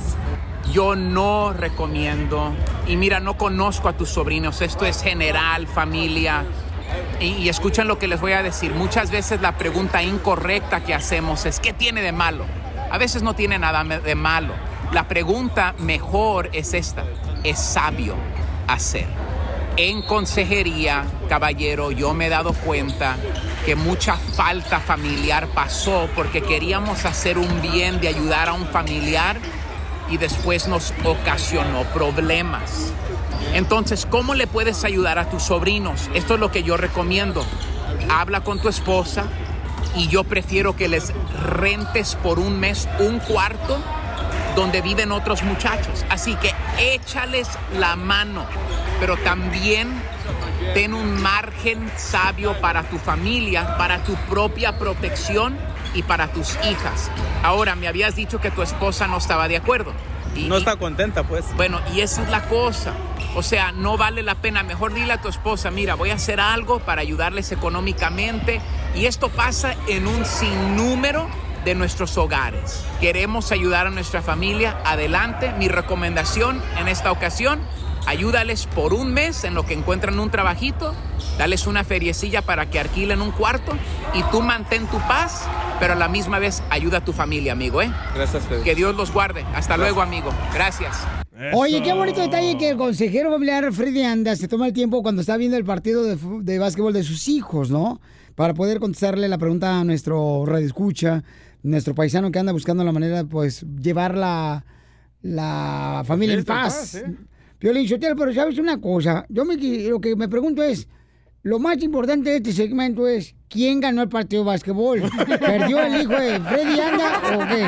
Yo no recomiendo, y mira, no conozco a tus sobrinos, esto es general, familia, y, y escuchen lo que les voy a decir. Muchas veces la pregunta incorrecta que hacemos es, ¿qué tiene de malo? A veces no tiene nada de malo. La pregunta mejor es esta, ¿es sabio hacer? En consejería, caballero, yo me he dado cuenta que mucha falta familiar pasó porque queríamos hacer un bien de ayudar a un familiar y después nos ocasionó problemas. Entonces, ¿cómo le puedes ayudar a tus sobrinos? Esto es lo que yo recomiendo. Habla con tu esposa y yo prefiero que les rentes por un mes un cuarto donde viven otros muchachos. Así que échales la mano, pero también ten un margen sabio para tu familia, para tu propia protección y para tus hijas. Ahora, me habías dicho que tu esposa no estaba de acuerdo. Y, no está contenta, pues. Bueno, y esa es la cosa. O sea, no vale la pena. Mejor dile a tu esposa, mira, voy a hacer algo para ayudarles económicamente. Y esto pasa en un sinnúmero de nuestros hogares. Queremos ayudar a nuestra familia. Adelante. Mi recomendación en esta ocasión, ayúdales por un mes en lo que encuentran un trabajito. Dales una feriecilla para que alquilen un cuarto y tú mantén tu paz, pero a la misma vez ayuda a tu familia, amigo, ¿eh? Gracias, Freddy. Que Dios los guarde. Hasta Gracias. Luego, amigo. Gracias. Eso. Oye, qué bonito detalle que el consejero familiar Freddy Anda se toma el tiempo cuando está viendo el partido de, de básquetbol de sus hijos, ¿no? Para poder contestarle la pregunta a nuestro radioescucha, nuestro paisano que anda buscando la manera de, pues, llevar la, la familia en paz. paz ¿eh? Piolín Sotelo, pero ¿sabes una cosa? Yo me, lo que me pregunto es, lo más importante de este segmento es, ¿quién ganó el partido de básquetbol? ¿Perdió el hijo de Freddy Anda o qué?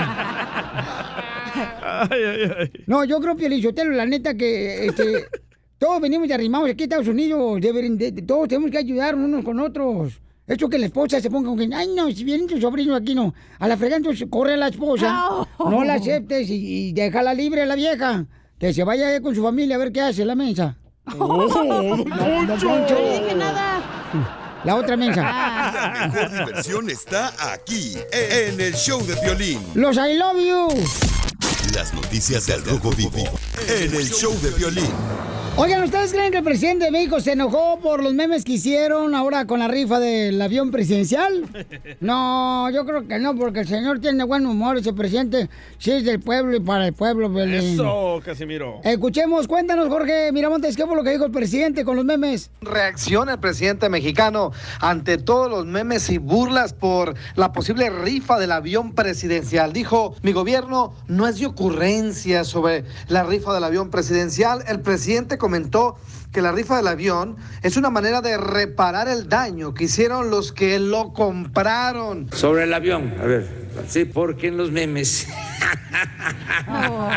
Ay, ay, ay. No, yo creo, Piolín Sotelo, la neta que este, todos venimos de arrimados aquí a Estados Unidos, deben, de, de, todos tenemos que ayudarnos unos con otros. Esto que la esposa se ponga con que, ay, no, si viene tu sobrino aquí, no. A la fregada, entonces corre a la esposa, oh. no la aceptes y, y déjala libre a la vieja. Que se vaya con su familia a ver qué hace la mensa. ¡Oh, don Poncho! No dije nada. La otra mensa. La mejor diversión está aquí, en el show de Piolín. Los I love you. Las noticias del Rojo Vivo, en el show de Piolín. Oigan, ¿ustedes creen que el presidente de México se enojó por los memes que hicieron ahora con la rifa del avión presidencial? No, yo creo que no, porque el señor tiene buen humor, ese presidente sí es del pueblo y para el pueblo. Belén. Eso, Casimiro. Escuchemos, cuéntanos, Jorge Miramontes, ¿qué fue lo que dijo el presidente con los memes? Reacciona el presidente mexicano ante todos los memes y burlas por la posible rifa del avión presidencial. Dijo, mi gobierno no es de ocurrencia sobre la rifa del avión presidencial. El presidente comentó que la rifa del avión es una manera de reparar el daño que hicieron los que lo compraron. Sobre el avión, a ver, sí, porque en los memes. Oh.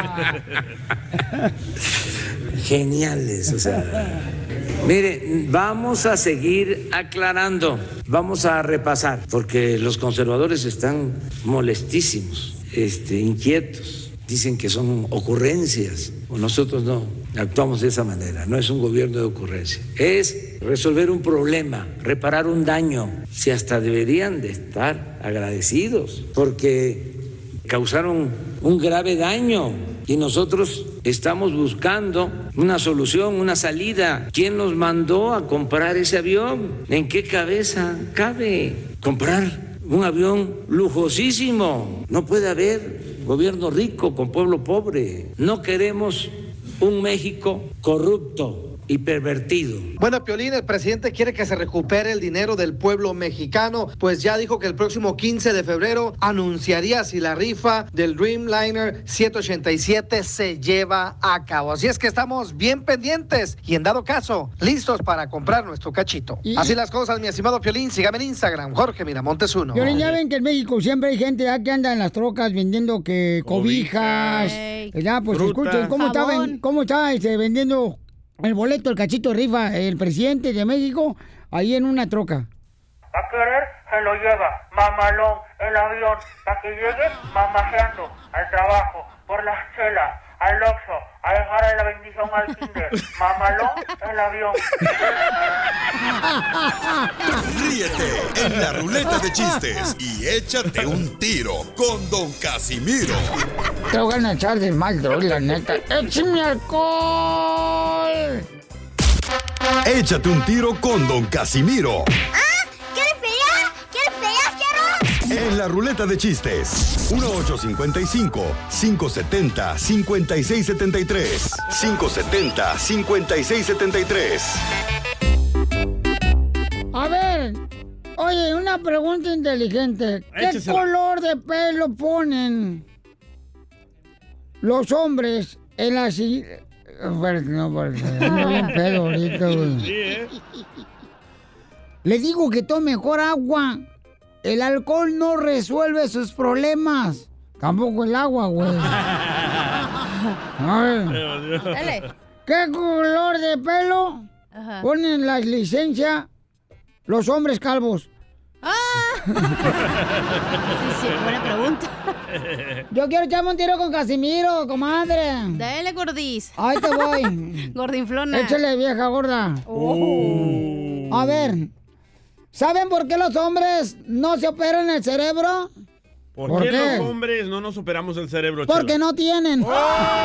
Geniales, o sea. Mire, vamos a seguir aclarando, vamos a repasar, porque los conservadores están molestísimos, este, inquietos. Dicen que son ocurrencias. Nosotros no actuamos de esa manera. No es un gobierno de ocurrencia. Es resolver un problema, reparar un daño. Si hasta deberían de estar agradecidos, porque causaron un grave daño y nosotros estamos buscando una solución, una salida. ¿Quién nos mandó a comprar ese avión? ¿En qué cabeza cabe comprar un avión lujosísimo? No puede haber gobierno rico con pueblo pobre. No queremos un México corrupto y pervertido. Bueno, Piolín, el presidente quiere que se recupere el dinero del pueblo mexicano, pues ya dijo que el próximo quince de febrero anunciaría si la rifa del Dreamliner siete ochenta y siete se lleva a cabo. Así es que estamos bien pendientes y en dado caso, listos para comprar nuestro cachito. Y... así las cosas, mi estimado Piolín. Sígame en Instagram, Jorge Miramontes uno. Piolín, ya ven que en México siempre hay gente ya que anda en las trocas vendiendo que cobijas. Hey. Ya, pues frutas. Escuchen, ¿cómo está, ven, cómo está este, vendiendo el boleto, el cachito de rifa, el presidente de México, ahí en una troca? A querer se lo lleva, mamalón, el avión, para que llegue mamajeando al trabajo, por las chelas, al Oxxo, a dejar la bendición al kinder. Mamalón, el avión. Ríete en la ruleta de chistes y échate un tiro con Don Casimiro. Te voy a echar de mal, la neta. ¡Échame alcohol! Échate un tiro con Don Casimiro. ¿Ah? ¿Quieres pelear? ¿Quieres pelear, fierro? En la ruleta de chistes. uno ocho cinco cinco, cinco siete cero, cinco seis siete tres. cinco siete cero, cinco seis siete tres. A ver, oye, una pregunta inteligente. ¿Qué Échesela. color de pelo ponen los hombres en la silla? No, porque ando bien pedo ahorita, güey. Sí, ¿eh? Le digo que tome mejor agua. El alcohol no resuelve sus problemas. Tampoco el agua, güey. Dale. ¿Qué color de pelo Ajá. ponen la licencia los hombres calvos? ¡Ah! Sí, sí, buena pregunta. Yo quiero echarme un tiro con Casimiro, comadre. Dale, gordis. Ahí te voy. Gordinflona. Échale, vieja gorda. Oh. A ver, ¿saben por qué los hombres no se operan el cerebro? ¿Por, ¿Por qué, qué los hombres no nos operamos el cerebro, Porque Chela? no tienen. ¡Oh!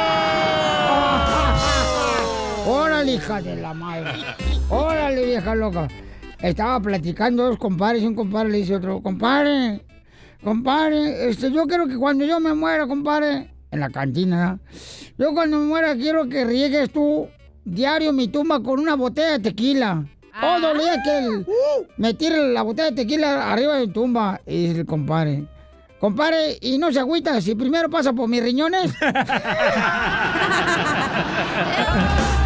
¡Órale, hija de la madre! ¡Órale, vieja loca! Estaba platicando dos compadres y un compadre le dice a otro, compadre, compadre, este, yo quiero que cuando yo me muera, compadre, en la cantina, yo cuando me muera quiero que riegues tú diario mi tumba con una botella de tequila. Ah. Todo el día que el, me tire la botella de tequila arriba de mi tumba. Y dice el compadre, compadre, ¿y no se agüita si primero pasa por mis riñones?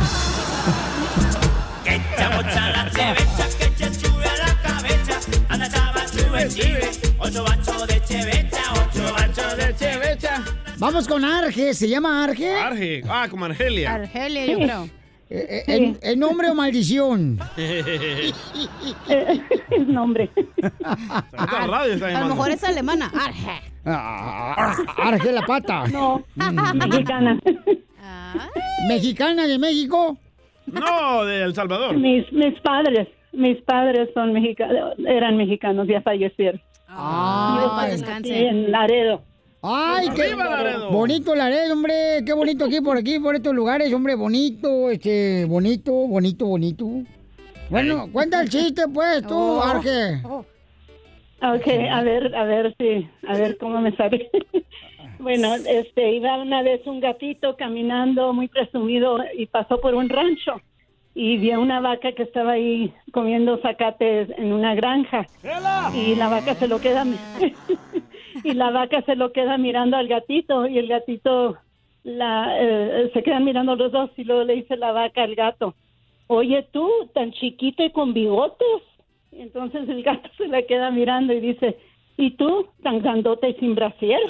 Ocho bachos de chevecha, ocho bachos de chevecha. Vamos con Arge, ¿se llama Arge? Arge, ah, como Argelia. Argelia, yo creo. Eh, eh, ¿El nombre o maldición? Es nombre. A lo mejor es alemana. Arge. Ah, Arge la pata. No, mexicana. ¿Mexicana de México? No, de El Salvador. Mis, mis padres, mis padres son mexicanos, eran mexicanos, ya fallecieron. Ah, Yo nací en Laredo. Ay, qué Arriba, Laredo. bonito Laredo, hombre, qué bonito aquí por aquí, por estos lugares, hombre, bonito, este, bonito, bonito, bonito. Bueno, cuenta el chiste, pues, tú, Oh. Arge. Ok, a ver, a ver si, a ver cómo me sale. Bueno, este, iba una vez un gatito caminando muy presumido y pasó por un rancho y vio una vaca que estaba ahí comiendo zacates en una granja y la vaca se lo queda y la vaca se lo queda mirando al gatito y el gatito la eh, se quedan mirando los dos y luego le dice la vaca al gato: oye tú, tan chiquito y con bigotes. Y entonces el gato se la queda mirando y dice: ¿y tú, tan grandote y sin brasier?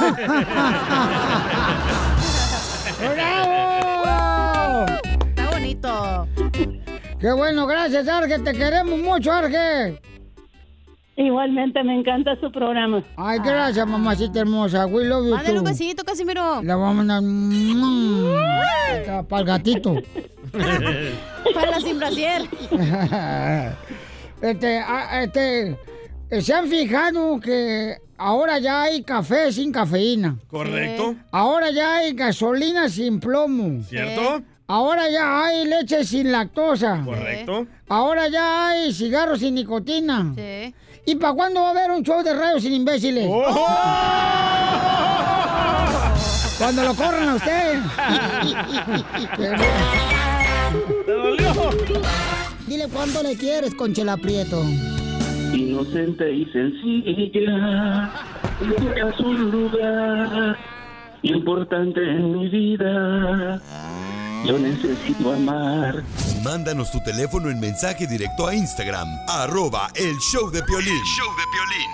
¡Bravo! Está bonito. Qué bueno, gracias, Arge, te queremos mucho, Arge. Igualmente, me encanta su programa. Ay, gracias, mamacita hermosa. We love you Mándale un too. besito, Casimiro. La vamos a mandar mm, para el gatito. Para la sin brasier. Este, ah, este, ¿se han fijado que ahora ya hay café sin cafeína? Correcto. Ahora ya hay gasolina sin plomo. ¿Cierto? Ahora ya hay leche sin lactosa. Correcto. Ahora ya hay cigarros sin nicotina. Sí. ¿Y para cuándo va a haber un show de radio sin imbéciles? Oh. Cuando lo corran a usted. ¡Te dolió! Dile cuánto le quieres, Conchela Prieto. Inocente y sencilla, buscas un lugar importante en mi vida. Yo necesito amar. Mándanos tu teléfono en mensaje directo a Instagram, arroba el show de Piolín. El show de Piolín.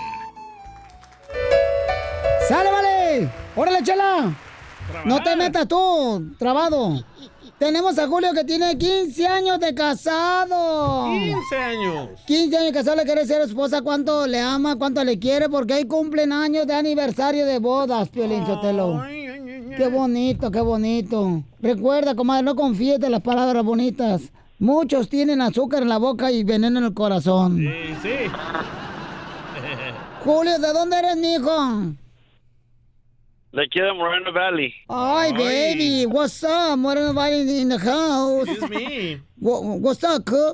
¡Sale, vale! ¡Órale, Chela! No te metas tú, trabado. Tenemos a Julio que tiene quince años de casado. quince años. quince años de casado, le quiere decir a su esposa cuánto le ama, cuánto le quiere, porque hoy cumplen años de aniversario de bodas, Piolín Sotelo. Qué bonito, qué bonito. Recuerda, comadre, no confíes de las palabras bonitas. Muchos tienen azúcar en la boca y veneno en el corazón. Sí, sí. Julio, ¿de dónde eres, mijo? De aquí de Moreno Valley. Ay, baby, what's up? Moreno Valley in the house. Excuse me. What, what's up, cu?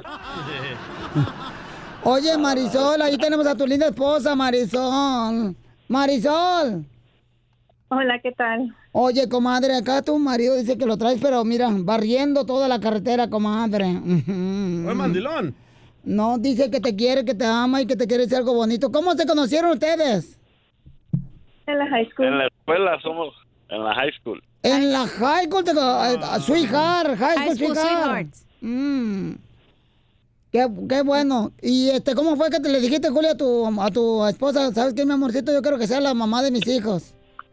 Oye, Marisol, ahí tenemos a tu linda esposa, Marisol. Marisol. Hola, ¿qué tal? Oye, comadre, acá tu marido dice que lo traes, pero mira, barriendo toda la carretera, comadre. ¿Fue mandilón? No, dice que te quiere, que te ama y que te quiere decir algo bonito. ¿Cómo se conocieron ustedes? En la high school. En la escuela somos, en la high school. En la high school, te, uh, sweetheart, high school, High school sweetheart. sweethearts. Mm. Qué, qué bueno. Y este, ¿cómo fue que te le dijiste, Julio, a tu, a tu esposa? ¿Sabes qué, mi amorcito? Yo quiero que sea la mamá de mis hijos.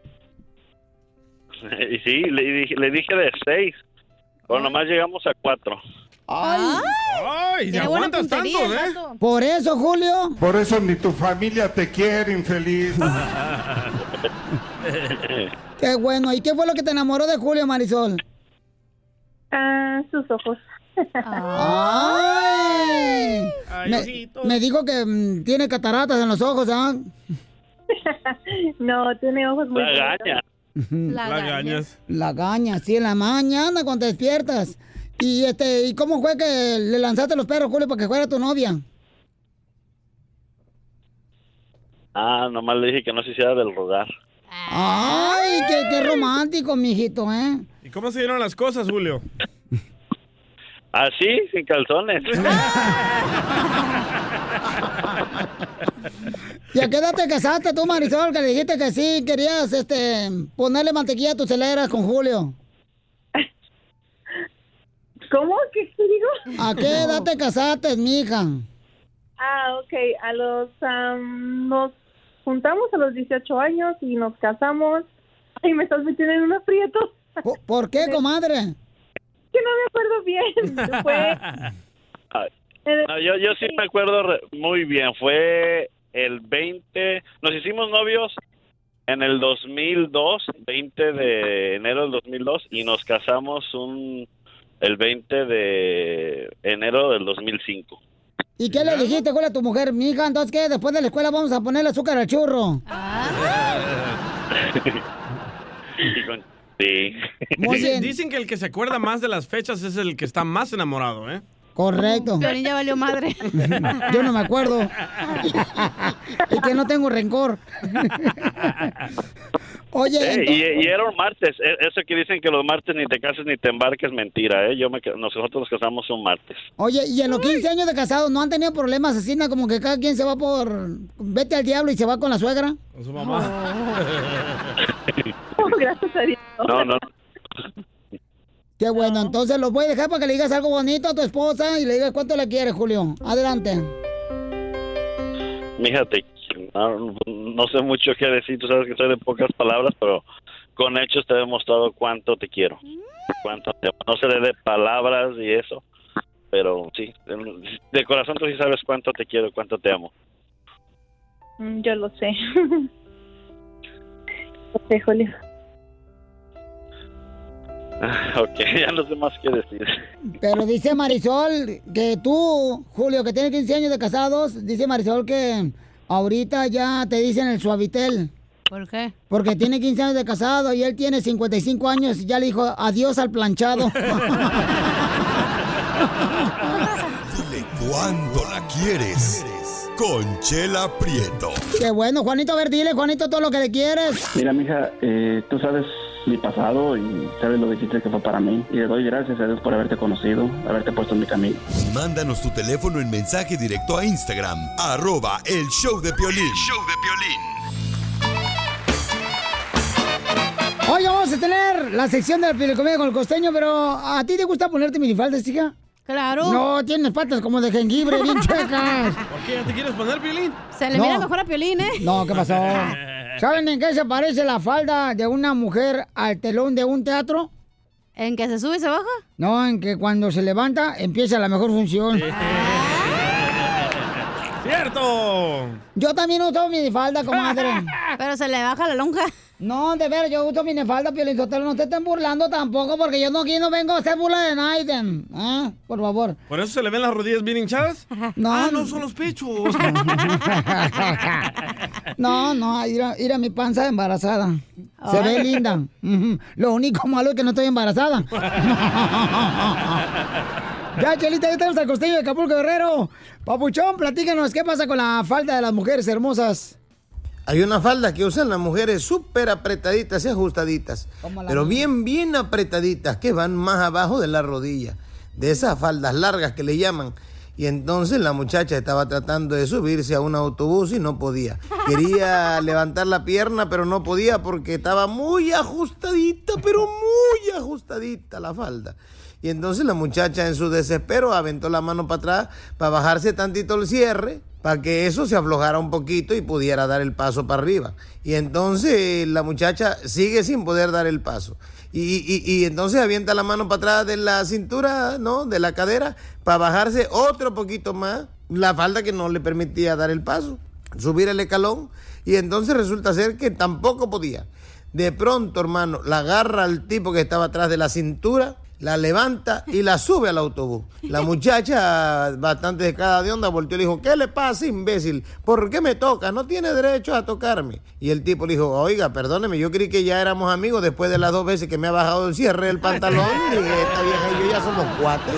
Y sí, le dije, le dije de seis. Pero nomás llegamos a cuatro. Ay, Ay, ¿te aguantas tanto, eh? Por eso, Julio. Por eso ni tu familia te quiere, infeliz. Qué bueno. ¿Y qué fue lo que te enamoró de Julio, Marisol? Ah, sus ojos. Ay. Ay, Me, ojitos. me dijo que mm, tiene cataratas en los ojos, ¿ah? No, tiene ojos muy Lagaña. Lagañas. Lagañas, sí, en la mañana cuando te despiertas. Y este, ¿y cómo fue que le lanzaste los perros, Julio, para que fuera tu novia? Ah, nomás le dije que no se hiciera del rogar. Ay, qué, qué romántico, mijito, ¿eh? ¿Y cómo se dieron las cosas, Julio? Así, sin calzones. ¿Y a qué edad te casaste tú, Marisol, que le dijiste que sí querías este, ponerle mantequilla a tus celeras con Julio? ¿Cómo? ¿Qué te digo? ¿A qué edad te casaste, mija? Ah, ok. A los um, unos juntamos a los dieciocho años y nos casamos. Ay, me estás metiendo en un aprieto. ¿Por, ¿por qué, comadre? Que no me acuerdo bien. Fue... Ay, no, yo, yo sí me acuerdo re- muy bien. Fue el veinte... Nos hicimos novios en el dos mil dos, veinte de enero del dos mil dos, y nos casamos un el veinte de enero del dos mil cinco. ¿Y qué le dijiste, cuál a tu mujer? Mi hija, entonces, ¿qué? Después de la escuela vamos a ponerle azúcar al churro. Y con- sí. Dicen, dicen que el que se acuerda más de las fechas es el que está más enamorado, ¿eh? Correcto. Piolín ya valió madre. Yo no me acuerdo. Es que no tengo rencor. Oye, Eh, entonces- y, y era un martes. E- Eso que dicen que los martes ni te cases ni te embarques, mentira, ¿eh? Yo me, ca- nosotros nos casamos un martes. Oye, y en los quince años de casado, ¿no han tenido problemas así, na, como que cada quien se va por... Vete al diablo y se va con la suegra? Con su mamá. Gracias a Dios. No, no. Qué bueno, entonces los voy a dejar para que le digas algo bonito a tu esposa y le digas cuánto le quieres, Julio. Adelante. Fíjate, no, no sé mucho qué decir, tú sabes que soy de pocas palabras, pero con hechos te he demostrado cuánto te quiero, cuánto te amo. No se le dé palabras y eso, pero sí, de, de corazón tú sí sabes cuánto te quiero, cuánto te amo. Mm, Yo lo sé. Lo sé, Julio. Ah, ok, ya no sé más qué decir. Pero dice Marisol que tú, Julio, que tienes quince años de casados, dice Marisol que ahorita ya te dicen el suavitel. ¿Por qué? Porque tiene quince años de casado y él tiene cincuenta y cinco años y ya le dijo adiós al planchado. Dile cuándo la quieres. Conchela Prieto. Qué bueno, Juanito, a ver, dile, Juanito, todo lo que le quieres. Mira, mija, eh, tú sabes mi pasado y sabes lo difícil que fue para mí. Y le doy gracias a Dios por haberte conocido, haberte puesto en mi camino. Mándanos tu teléfono en mensaje directo a Instagram, arroba el show de Piolín. El show de Piolín. Hoy vamos a tener la sección de la Piolicomedia con el costeño, pero ¿a ti te gusta ponerte minifaldas, hija? Claro. No, tienes patas como de jengibre, bien chuecas. ¿Por qué? ¿Te quieres poner, Piolín? Se le No. mira mejor a Piolín, ¿eh? No, ¿qué pasó? ¿Saben en qué se parece la falda de una mujer al telón de un teatro? ¿En que se sube y se baja? No, en que cuando se levanta empieza la mejor función. ¡Cierto! Yo también uso minifalda, comadre. Pero se le baja la lonja. No, de veras, yo uso minifalda, Piolín Sotelo. No te estén burlando tampoco, porque yo no, aquí no vengo a hacer burla de Naiden. ¿Eh? Por favor. ¿Por eso se le ven las rodillas bien hinchadas? No. Ah, no, son los pechos. No, no, mira, mira mi panza embarazada. Se ve linda. Ujú. Lo único malo es que no estoy embarazada. Ya, Chelita, ya tenemos al costeño de Acapulco, Guerrero. Papuchón, platícanos, ¿qué pasa con la falda de las mujeres hermosas? Hay una falda que usan las mujeres súper apretaditas y ajustaditas, pero bien, bien apretaditas, que van más abajo de la rodilla, de esas faldas largas que le llaman. Y entonces la muchacha estaba tratando de subirse a un autobús y no podía. Quería levantar la pierna, pero no podía porque estaba muy ajustadita, pero muy ajustadita la falda. Y entonces la muchacha en su desespero aventó la mano para atrás para bajarse tantito el cierre, para que eso se aflojara un poquito y pudiera dar el paso para arriba. Y entonces la muchacha sigue sin poder dar el paso. Y, y, y entonces avienta la mano para atrás de la cintura, ¿no? De la cadera, para bajarse otro poquito más la falda que no le permitía dar el paso, subir el escalón. Y entonces resulta ser que tampoco podía. De pronto, hermano, la agarra al tipo que estaba atrás de la cintura, la levanta y la sube al autobús. La muchacha, bastante descarada de onda, volteó y le dijo, ¿qué le pasa, imbécil? ¿Por qué me toca? No tiene derecho a tocarme. Y el tipo le dijo, oiga, perdóneme, yo creí que ya éramos amigos después de las dos veces que me ha bajado el cierre del pantalón. Y esta vieja y yo ya somos cuates.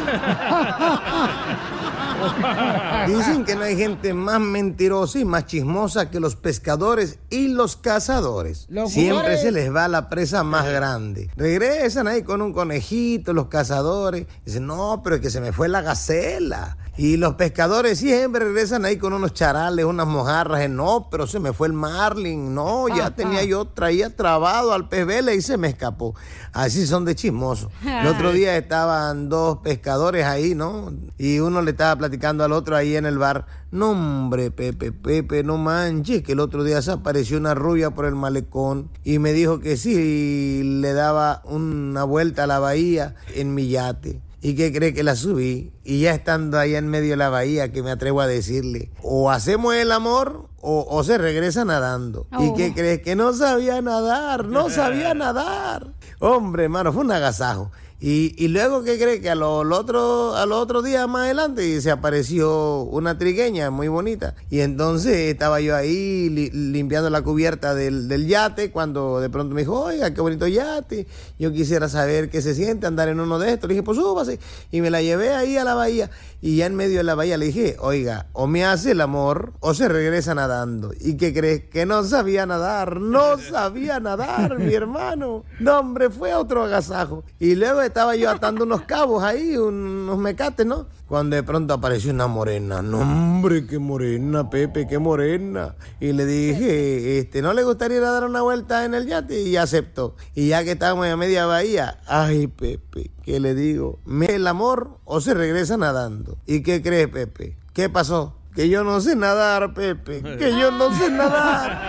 Dicen que no hay gente más mentirosa y más chismosa que los pescadores y los cazadores. Los Siempre jugadores. se les va la presa más grande. Regresan ahí con un conejito, los cazadores. Dicen, no, pero es que se me fue la gacela. Y los pescadores siempre regresan ahí con unos charales, unas mojarras. eh, No, pero se me fue el marlin. No, ya tenía yo, traía trabado al pez vela y se me escapó. Así son de chismosos. El otro día estaban dos pescadores ahí, ¿no? Y uno le estaba platicando al otro ahí en el bar. No, hombre, Pepe, Pepe, no manches, que el otro día se apareció una rubia por el malecón y me dijo que sí, le daba una vuelta a la bahía en mi yate. ¿Y qué cree que la subí? Y ya estando ahí en medio de la bahía, que me atrevo a decirle, o hacemos el amor o, o se regresa nadando. Oh. ¿Y qué crees? Que no sabía nadar, no sabía nadar. Hombre, hermano, fue un agasajo. Y, y luego, ¿qué cree? Que a los lo otro, a los otros días más adelante se apareció una trigueña muy bonita. Y entonces estaba yo ahí li, limpiando la cubierta del, del yate cuando de pronto me dijo, oiga, qué bonito yate. Yo quisiera saber qué se siente andar en uno de estos. Le dije, pues súbase. Y me la llevé ahí a la bahía. Y ya en medio de la bahía le dije, oiga, o me hace el amor o se regresa nadando. ¿Y qué crees? Que no sabía nadar. No sabía nadar, mi hermano. No, hombre, fue otro agasajo. Y luego estaba yo atando unos cabos ahí, unos mecates, ¿no? Cuando de pronto apareció una morena. No, hombre, qué morena, Pepe, qué morena. Y le dije, este, ¿no le gustaría ir a dar una vuelta en el yate? Y aceptó. Y ya que estábamos a media bahía, ay, Pepe, ¿qué le digo? ¿Me el amor o se regresa nadando? ¿Y qué crees, Pepe? ¿Qué pasó? Que yo no sé nadar, Pepe. Que yo no sé nadar.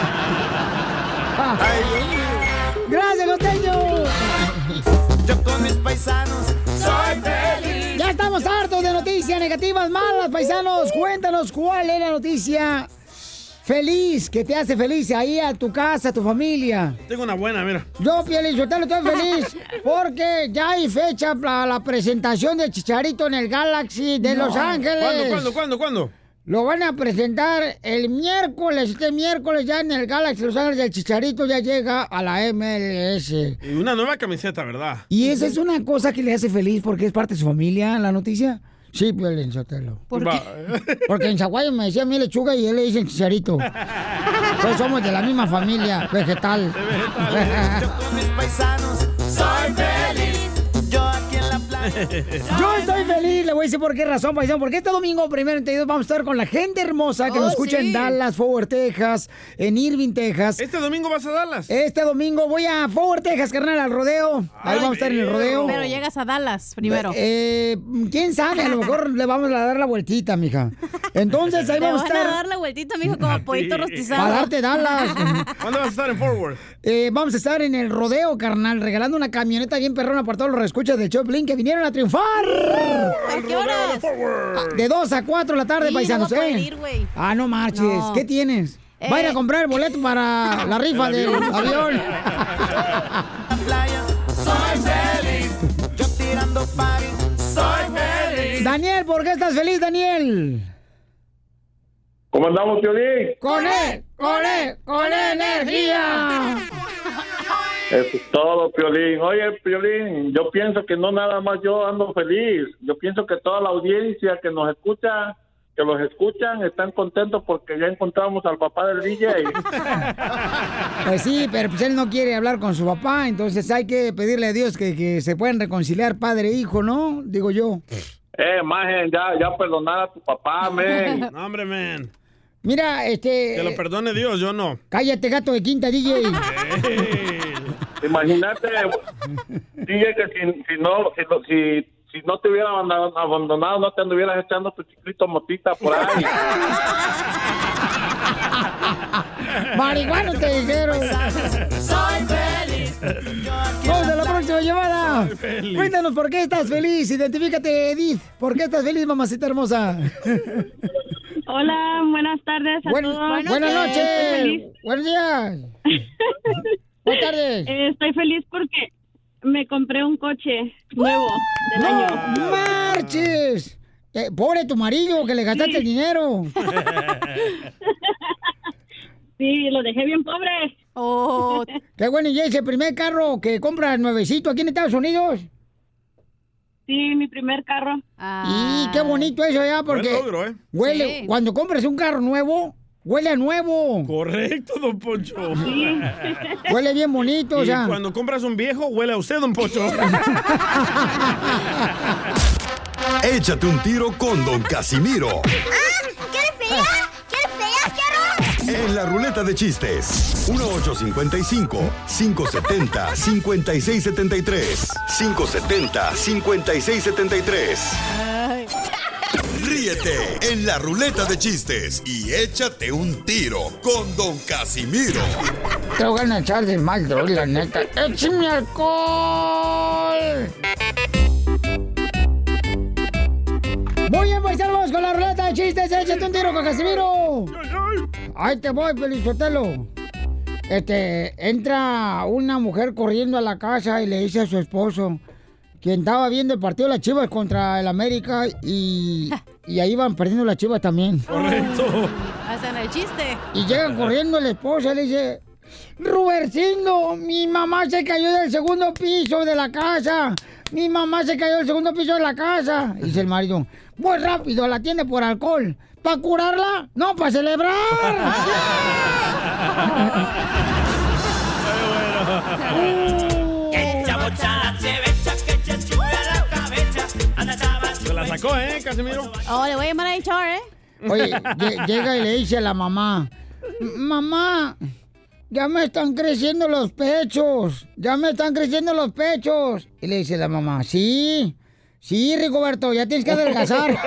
Ay, Dios mío. Gracias, costeño. Yo con mis paisanos soy feliz. Ya estamos hartos de noticias negativas, malas, paisanos. Cuéntanos cuál es la noticia feliz que te hace feliz ahí a tu casa, a tu familia. Tengo una buena, mira. Yo, Piolín, yo te lo estoy feliz porque ya hay fecha para la presentación de Chicharito en el Galaxy de No. Los Ángeles. ¿Cuándo, cuándo, cuándo, cuándo? Lo van a presentar el miércoles, este miércoles ya en el Galaxy Los Ángeles. El Chicharito ya llega a la M L S. Y una nueva camiseta, ¿verdad? Y esa es una cosa que le hace feliz porque es parte de su familia, la noticia. Sí, Piolín Sotelo. ¿Por qué? Porque en Zaguayo me decía mi lechuga y él le dice Chicharito. Pues somos de la misma familia vegetal. Yo con mis paisanos soy feliz. Yo aquí en la playa. Yo estoy feliz, le voy a decir por qué razón, paisano. Porque este domingo, primero entendido, vamos a estar con la gente hermosa que Oh, nos escucha sí. en Dallas, Fort Worth, Texas, en Irving, Texas. ¿Este domingo vas a Dallas? Este domingo voy a Fort Worth, Texas, carnal, al rodeo. Ahí Ay, vamos a estar en el rodeo. Pero llegas a Dallas primero. Eh, quién sabe, a lo mejor le vamos a dar la vueltita, mija. Entonces ahí Te vamos a van estar. a dar la vueltita, mijo, como pollito rostizado. Para darte Dallas. ¿Cuándo vas a estar en Fort Worth? Eh, vamos a estar en el rodeo, carnal, regalando una camioneta bien perrona para todos los reescuchas del Choplin que vinieron a triunfar. ¿A qué horas? De dos a cuatro de la tarde, Sí, paisanos, no voy a ¿eh? poder ir, güey. Ah, no marches. No. ¿Qué tienes? Eh. Va a ir a comprar el boleto para la rifa El del avión. avión. Soy feliz. Yo tirando party. Soy feliz. Daniel, ¿por qué estás feliz, Daniel? ¿Cómo andamos, Piolín? ¡Con él! ¡Con él! ¡Con energía! Eso es todo, Piolín. Oye, Piolín, yo pienso que no nada más yo ando feliz. Yo pienso que toda la audiencia que nos escucha, que los escuchan, están contentos porque ya encontramos al papá del D J. Pues sí, pero pues él no quiere hablar con su papá, entonces hay que pedirle a Dios que, que se puedan reconciliar padre e hijo, ¿no? Digo yo. Eh, majen, ya, ya perdonar a tu papá, men. No, hombre, man. Mira, este... Que lo perdone Dios, yo no. Cállate, gato de quinta, D J. Imagínate, D J, que si, si no, si, no- si, si no te hubieran abandonado, abandonado, no te anduvieras echando tu chiquito motita por ahí. Marihuana te dijeron. Soy feliz. Vamos a la próxima llamada. Soy feliz. Cuéntanos por qué estás feliz. Identifícate, Edith. ¿Por qué estás feliz, mamacita hermosa? Hola, buenas tardes a Buen- todos. buenas Eh, noches. estoy feliz. Buenos días. Buenas tardes. Eh, estoy feliz porque me compré un coche nuevo del año. ¡No marches! Eh, pobre tu marido, que le gastaste Sí. el dinero. Sí, lo dejé bien pobre. Oh. Qué bueno, ¿y ese primer carro que compras nuevecito aquí en Estados Unidos? Sí, mi primer carro. Y qué bonito eso ya, porque Buen logro, ¿eh? huele, Sí. cuando compras un carro nuevo, huele a nuevo. Correcto, don Poncho. Huele bien bonito, o Y sea. cuando compras un viejo, huele a usted, don Poncho. Échate un tiro con Don Casimiro. ¿Quieres pelear? ¿Quieres pelear, perro? En la ruleta de chistes. uno ocho cinco cinco, cinco siete cero, cinco seis siete tres. cinco siete cero, cinco seis siete tres. Ríete en la ruleta de chistes y échate un tiro con Don Casimiro. Te voy a echar de mal, droga, la neta. ¡Échame alcohol! Muy bien, paisanos, con la ruleta de chistes. Échate un tiro con Casimiro. Ahí te voy, Pelizotelo. Este, entra una mujer corriendo a la casa y le dice a su esposo, quien estaba viendo el partido de las Chivas contra el América, y, y ahí van perdiendo las Chivas también. Correcto. Hacen el chiste. Y llega corriendo la esposa y le dice, Rubercindo, mi mamá se cayó del segundo piso de la casa. Mi mamá se cayó del segundo piso de la casa. Y dice el marido, voy rápido a la tienda por alcohol. ¿Para curarla? No, para celebrar. Se la sacó, ¿eh, Casimiro? Oh, le voy a llamar a H R, ¿eh? Oye, lle- llega y le dice a la mamá, mamá, ya me están creciendo los pechos, ya me están creciendo los pechos. Y le dice la mamá, sí, sí, Rigoberto, ya tienes que adelgazar.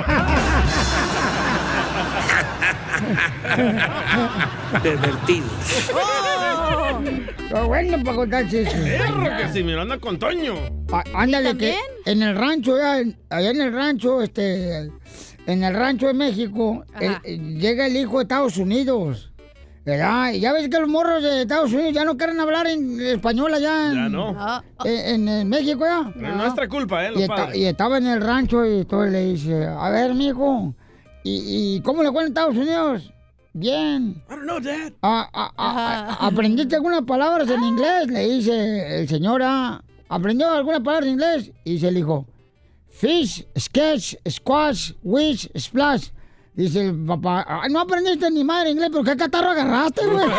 Pervertido. Oh, lo bueno para contar chistes. Perro, Casimiro, anda con Toño. Ah, ándale, que en el rancho, allá, allá en el rancho, este, en el rancho de México, el- el- llega el hijo de Estados Unidos, ¿verdad? Y ya ves que los morros de Estados Unidos ya no quieren hablar en español allá en, Ya no. en, en México, ¿ya? No es nuestra culpa, ¿eh? Y, Los esta- padres. y estaba en el rancho y todo le dice, a ver, mijo, ¿y, y cómo le fue en Estados Unidos? Bien. I don't know, Dad. Ah, ah, ah, ah, ¿aprendiste algunas palabras en inglés? Le dice el señor, ah, ¿aprendió algunas palabras en inglés? Y dice el hijo, fish, sketch, squash, wish, splash. Dice el papá, "Ah, no aprendiste ni madre inglés, pero ¿qué catarro agarraste, güey?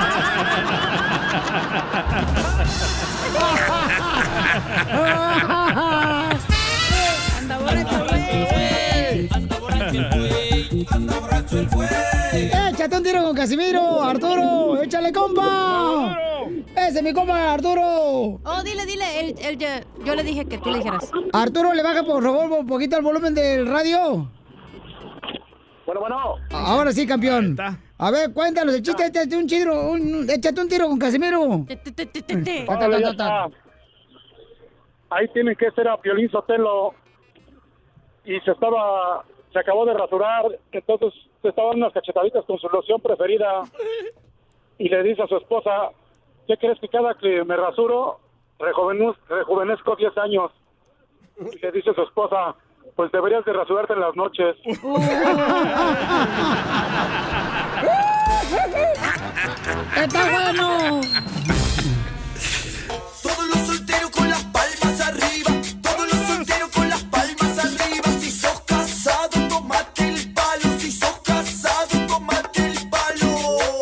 Anda borracho el güey. Anda borracho el güey. Anda borracho el güey. Échate un tiro con Casimiro, Arturo, échale, compa. Ese es mi compa, Arturo. Oh, dile, dile. Él, él ya- yo le dije que tú le dijeras. Arturo, le baja por favor un poquito el volumen del radio. Bueno, bueno. Ahora sí, campeón. A ver, cuéntanos el chiste, échate un tiro, un, échate un tiro con Casimiro. Ta, ta, ta, Órale, ta, ya ta. está. Ahí tienen que ser a Piolín Sotelo y se estaba, se acabó de rasurar, entonces se estaban unas cachetaditas con su loción preferida y le dice a su esposa, ¿qué crees que cada que me rasuro rejuvenez- rejuvenezco diez años? Y le dice a su esposa, pues deberías de rasurarte en las noches. ¡Está bueno! Todos los solteros con las palmas arriba. Todos los solteros con las palmas arriba. Si sos casado, tomate el palo. Si sos casado, tomate el palo.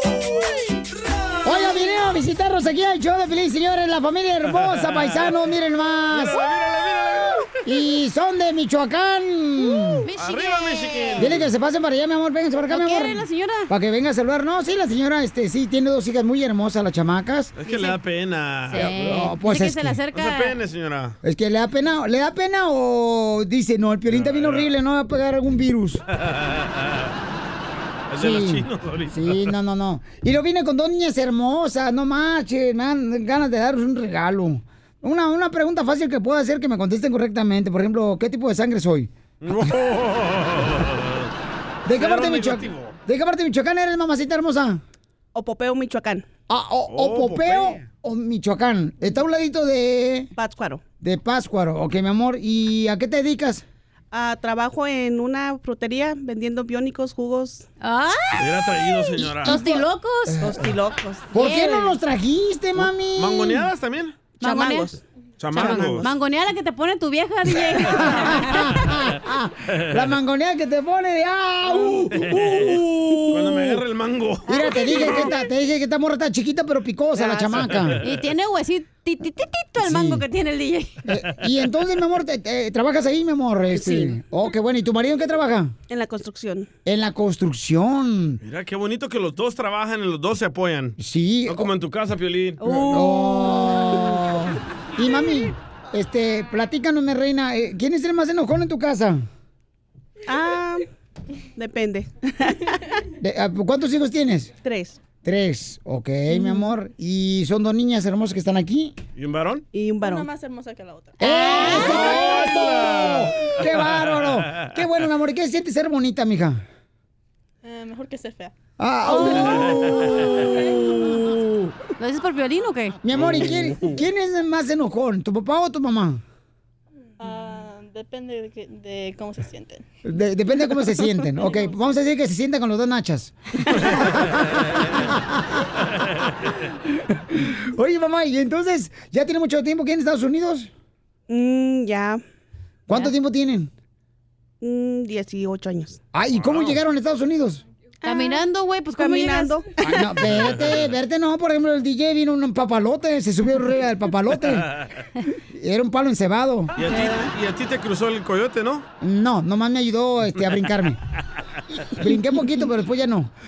Oiga, vinieron a visitarnos aquí al show de Feliz, señores, la familia hermosa, paisanos, miren más. Y son de Michoacán. ¡Arriba, Michigan! Dile que se pasen para allá, mi amor, vénganse para acá, ¿No mi amor. quiere la señora? Para que venga a saludar. No, sí, la señora, este, sí, tiene dos hijas muy hermosas, las chamacas. Es que le da pena. No, pues es que- No se pene, señora. Es que le da pena, le da pena o dice, no, el Piolín está bien horrible, no va a pegar algún virus. Es de los Sí. chinos ahorita. Sí, no, no, no. Y lo vine con dos niñas hermosas, no manches, me dan ganas de daros un regalo. Una, una pregunta fácil que puedo hacer que me contesten correctamente. Por ejemplo, ¿qué tipo de sangre soy? ¿De qué Cero parte de Michoacán? negativo. ¿De qué parte de Michoacán eres, mamacita hermosa? Opopeo, Michoacán. Ah, o, Opopeo o Michoacán. Está a un ladito de... Pátzcuaro. De Pátzcuaro, ok, mi amor. ¿Y a qué te dedicas? Ah, trabajo en una frutería vendiendo biónicos, jugos. ¡Ah! Hubiera traído, señora. Tostilocos. Tostilocos. ¿Por qué no los trajiste, mami? ¿Mangoneadas también? Chamangos. Chamangos. Mangonea la que te pone tu vieja, D J. La mangonea que te pone. ¡Ah! Uh, uh, uh. Cuando me agarra el mango. Mira, te dije que esta, te dije que esta morra está chiquita pero picosa, la chamaca. Y tiene huesito el mango Sí. que tiene el D J. Eh, y entonces, mi amor, te- te- ¿trabajas ahí, mi amor? Este? Sí. Oh, qué bueno. ¿Y tu marido en qué trabaja? En la construcción. En la construcción. Mira, qué bonito que los dos trabajan y los dos se apoyan. Sí. No como en tu casa, Piolín. Oh. Y mami, este, platícanos, mi reina, eh, ¿quién es el más enojón en tu casa? Ah, depende. De- ah, ¿Cuántos hijos tienes? Tres. Tres, ok, mi amor. ¿Y son dos niñas hermosas que están aquí? ¿Y un varón? Y un varón. Una más hermosa que la otra. ¡Eso! ¡Eso! ¡Qué bárbaro! ¡Qué bueno, mi amor! ¿Y qué sientes ser bonita, mija? Eh, mejor que ser fea. Ah, oh. ¿Lo dices por violín o qué? Mi amor, ¿y quién, quién es el más enojón? ¿Tu papá o tu mamá? Ah, depende de, que- de cómo se sienten. De- depende de cómo se sienten. Ok, vamos a decir que se sientan con los dos nachas. Oye, mamá, ¿y entonces ya tiene mucho tiempo aquí en Estados Unidos? Mm, ya. ¿Cuánto tiempo tienen? Mm, dieciocho años. Ay, ¿y cómo llegaron a Estados Unidos? Caminando, güey, pues ¿cómo Caminando. llegas? Ay, no, verte, verte no, por ejemplo, el D J vino un papalote, se subió arriba del papalote. Era un palo encebado. ¿Y a, ti, y a ti te cruzó el coyote, ¿no? No, nomás me ayudó este, a brincarme. Brinqué poquito, pero después ya no.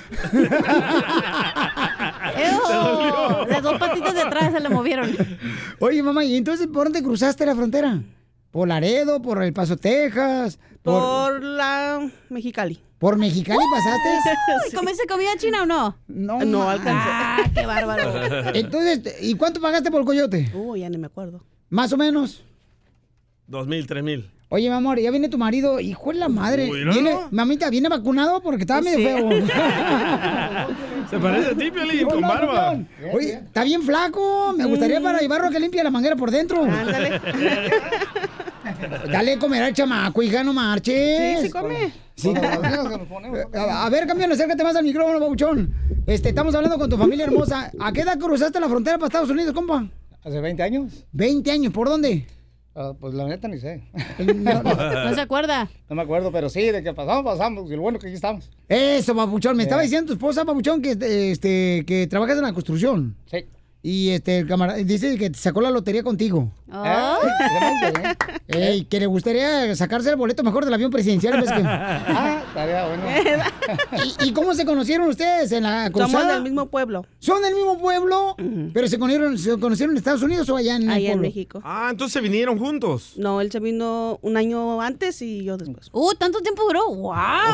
¡Ew! Las dos patitas de atrás se le movieron. Oye, mamá, ¿y entonces por dónde cruzaste la frontera? ¿Por Laredo, por El Paso, Texas? ¿Por, Por la Mexicali. ¿por Mexicali pasaste? ¿Y ¿Comiste comida china o no? No, No ma- alcancé. Ah, qué bárbaro. Entonces, ¿y cuánto pagaste por el coyote? Uh, ya ni me acuerdo. Más o menos. Dos mil, tres mil. Oye, mi amor, ya viene tu marido. Hijo de la madre. Uy, ¿no? Viene, mamita, ¿viene vacunado? Porque estaba medio Sí. feo. Se parece a ti, Piolín, con Hola, barba. campeón. Oye, está bien flaco. Me gustaría para llevarlo a que limpie la manguera por dentro. Ándale. Dale a comer al chamaco, hija, no marches. Sí, sí come. Sí. A, a ver, campeón, acércate más al micrófono, babuchón. Este, estamos hablando con tu familia hermosa. ¿A qué edad cruzaste la frontera para Estados Unidos, compa? Hace veinte años. veinte años, ¿por dónde? Ah, pues la neta ni sé. No, no. No se acuerda. No me acuerdo, pero sí, de que pasamos, pasamos. Y lo bueno que aquí estamos. Eso, babuchón. Me Eh. estaba diciendo tu esposa, babuchón, que, este, que trabajas en la construcción. Sí. Y este, el camarada dice que sacó la lotería contigo. Oh. Ey, que le gustaría sacarse el boleto mejor del avión presidencial. ¿Ves que? Ah, estaría bueno. ¿Y, y cómo se conocieron ustedes en la Somos cruzada? del mismo pueblo. ¿Son del mismo pueblo? ¿Pero se conocieron, se conocieron en Estados Unidos o allá en el Allá en pueblo? México. Ah, entonces vinieron juntos. No, él se vino un año antes y yo después. Uh, ¿tanto tiempo duró? ¡Wow!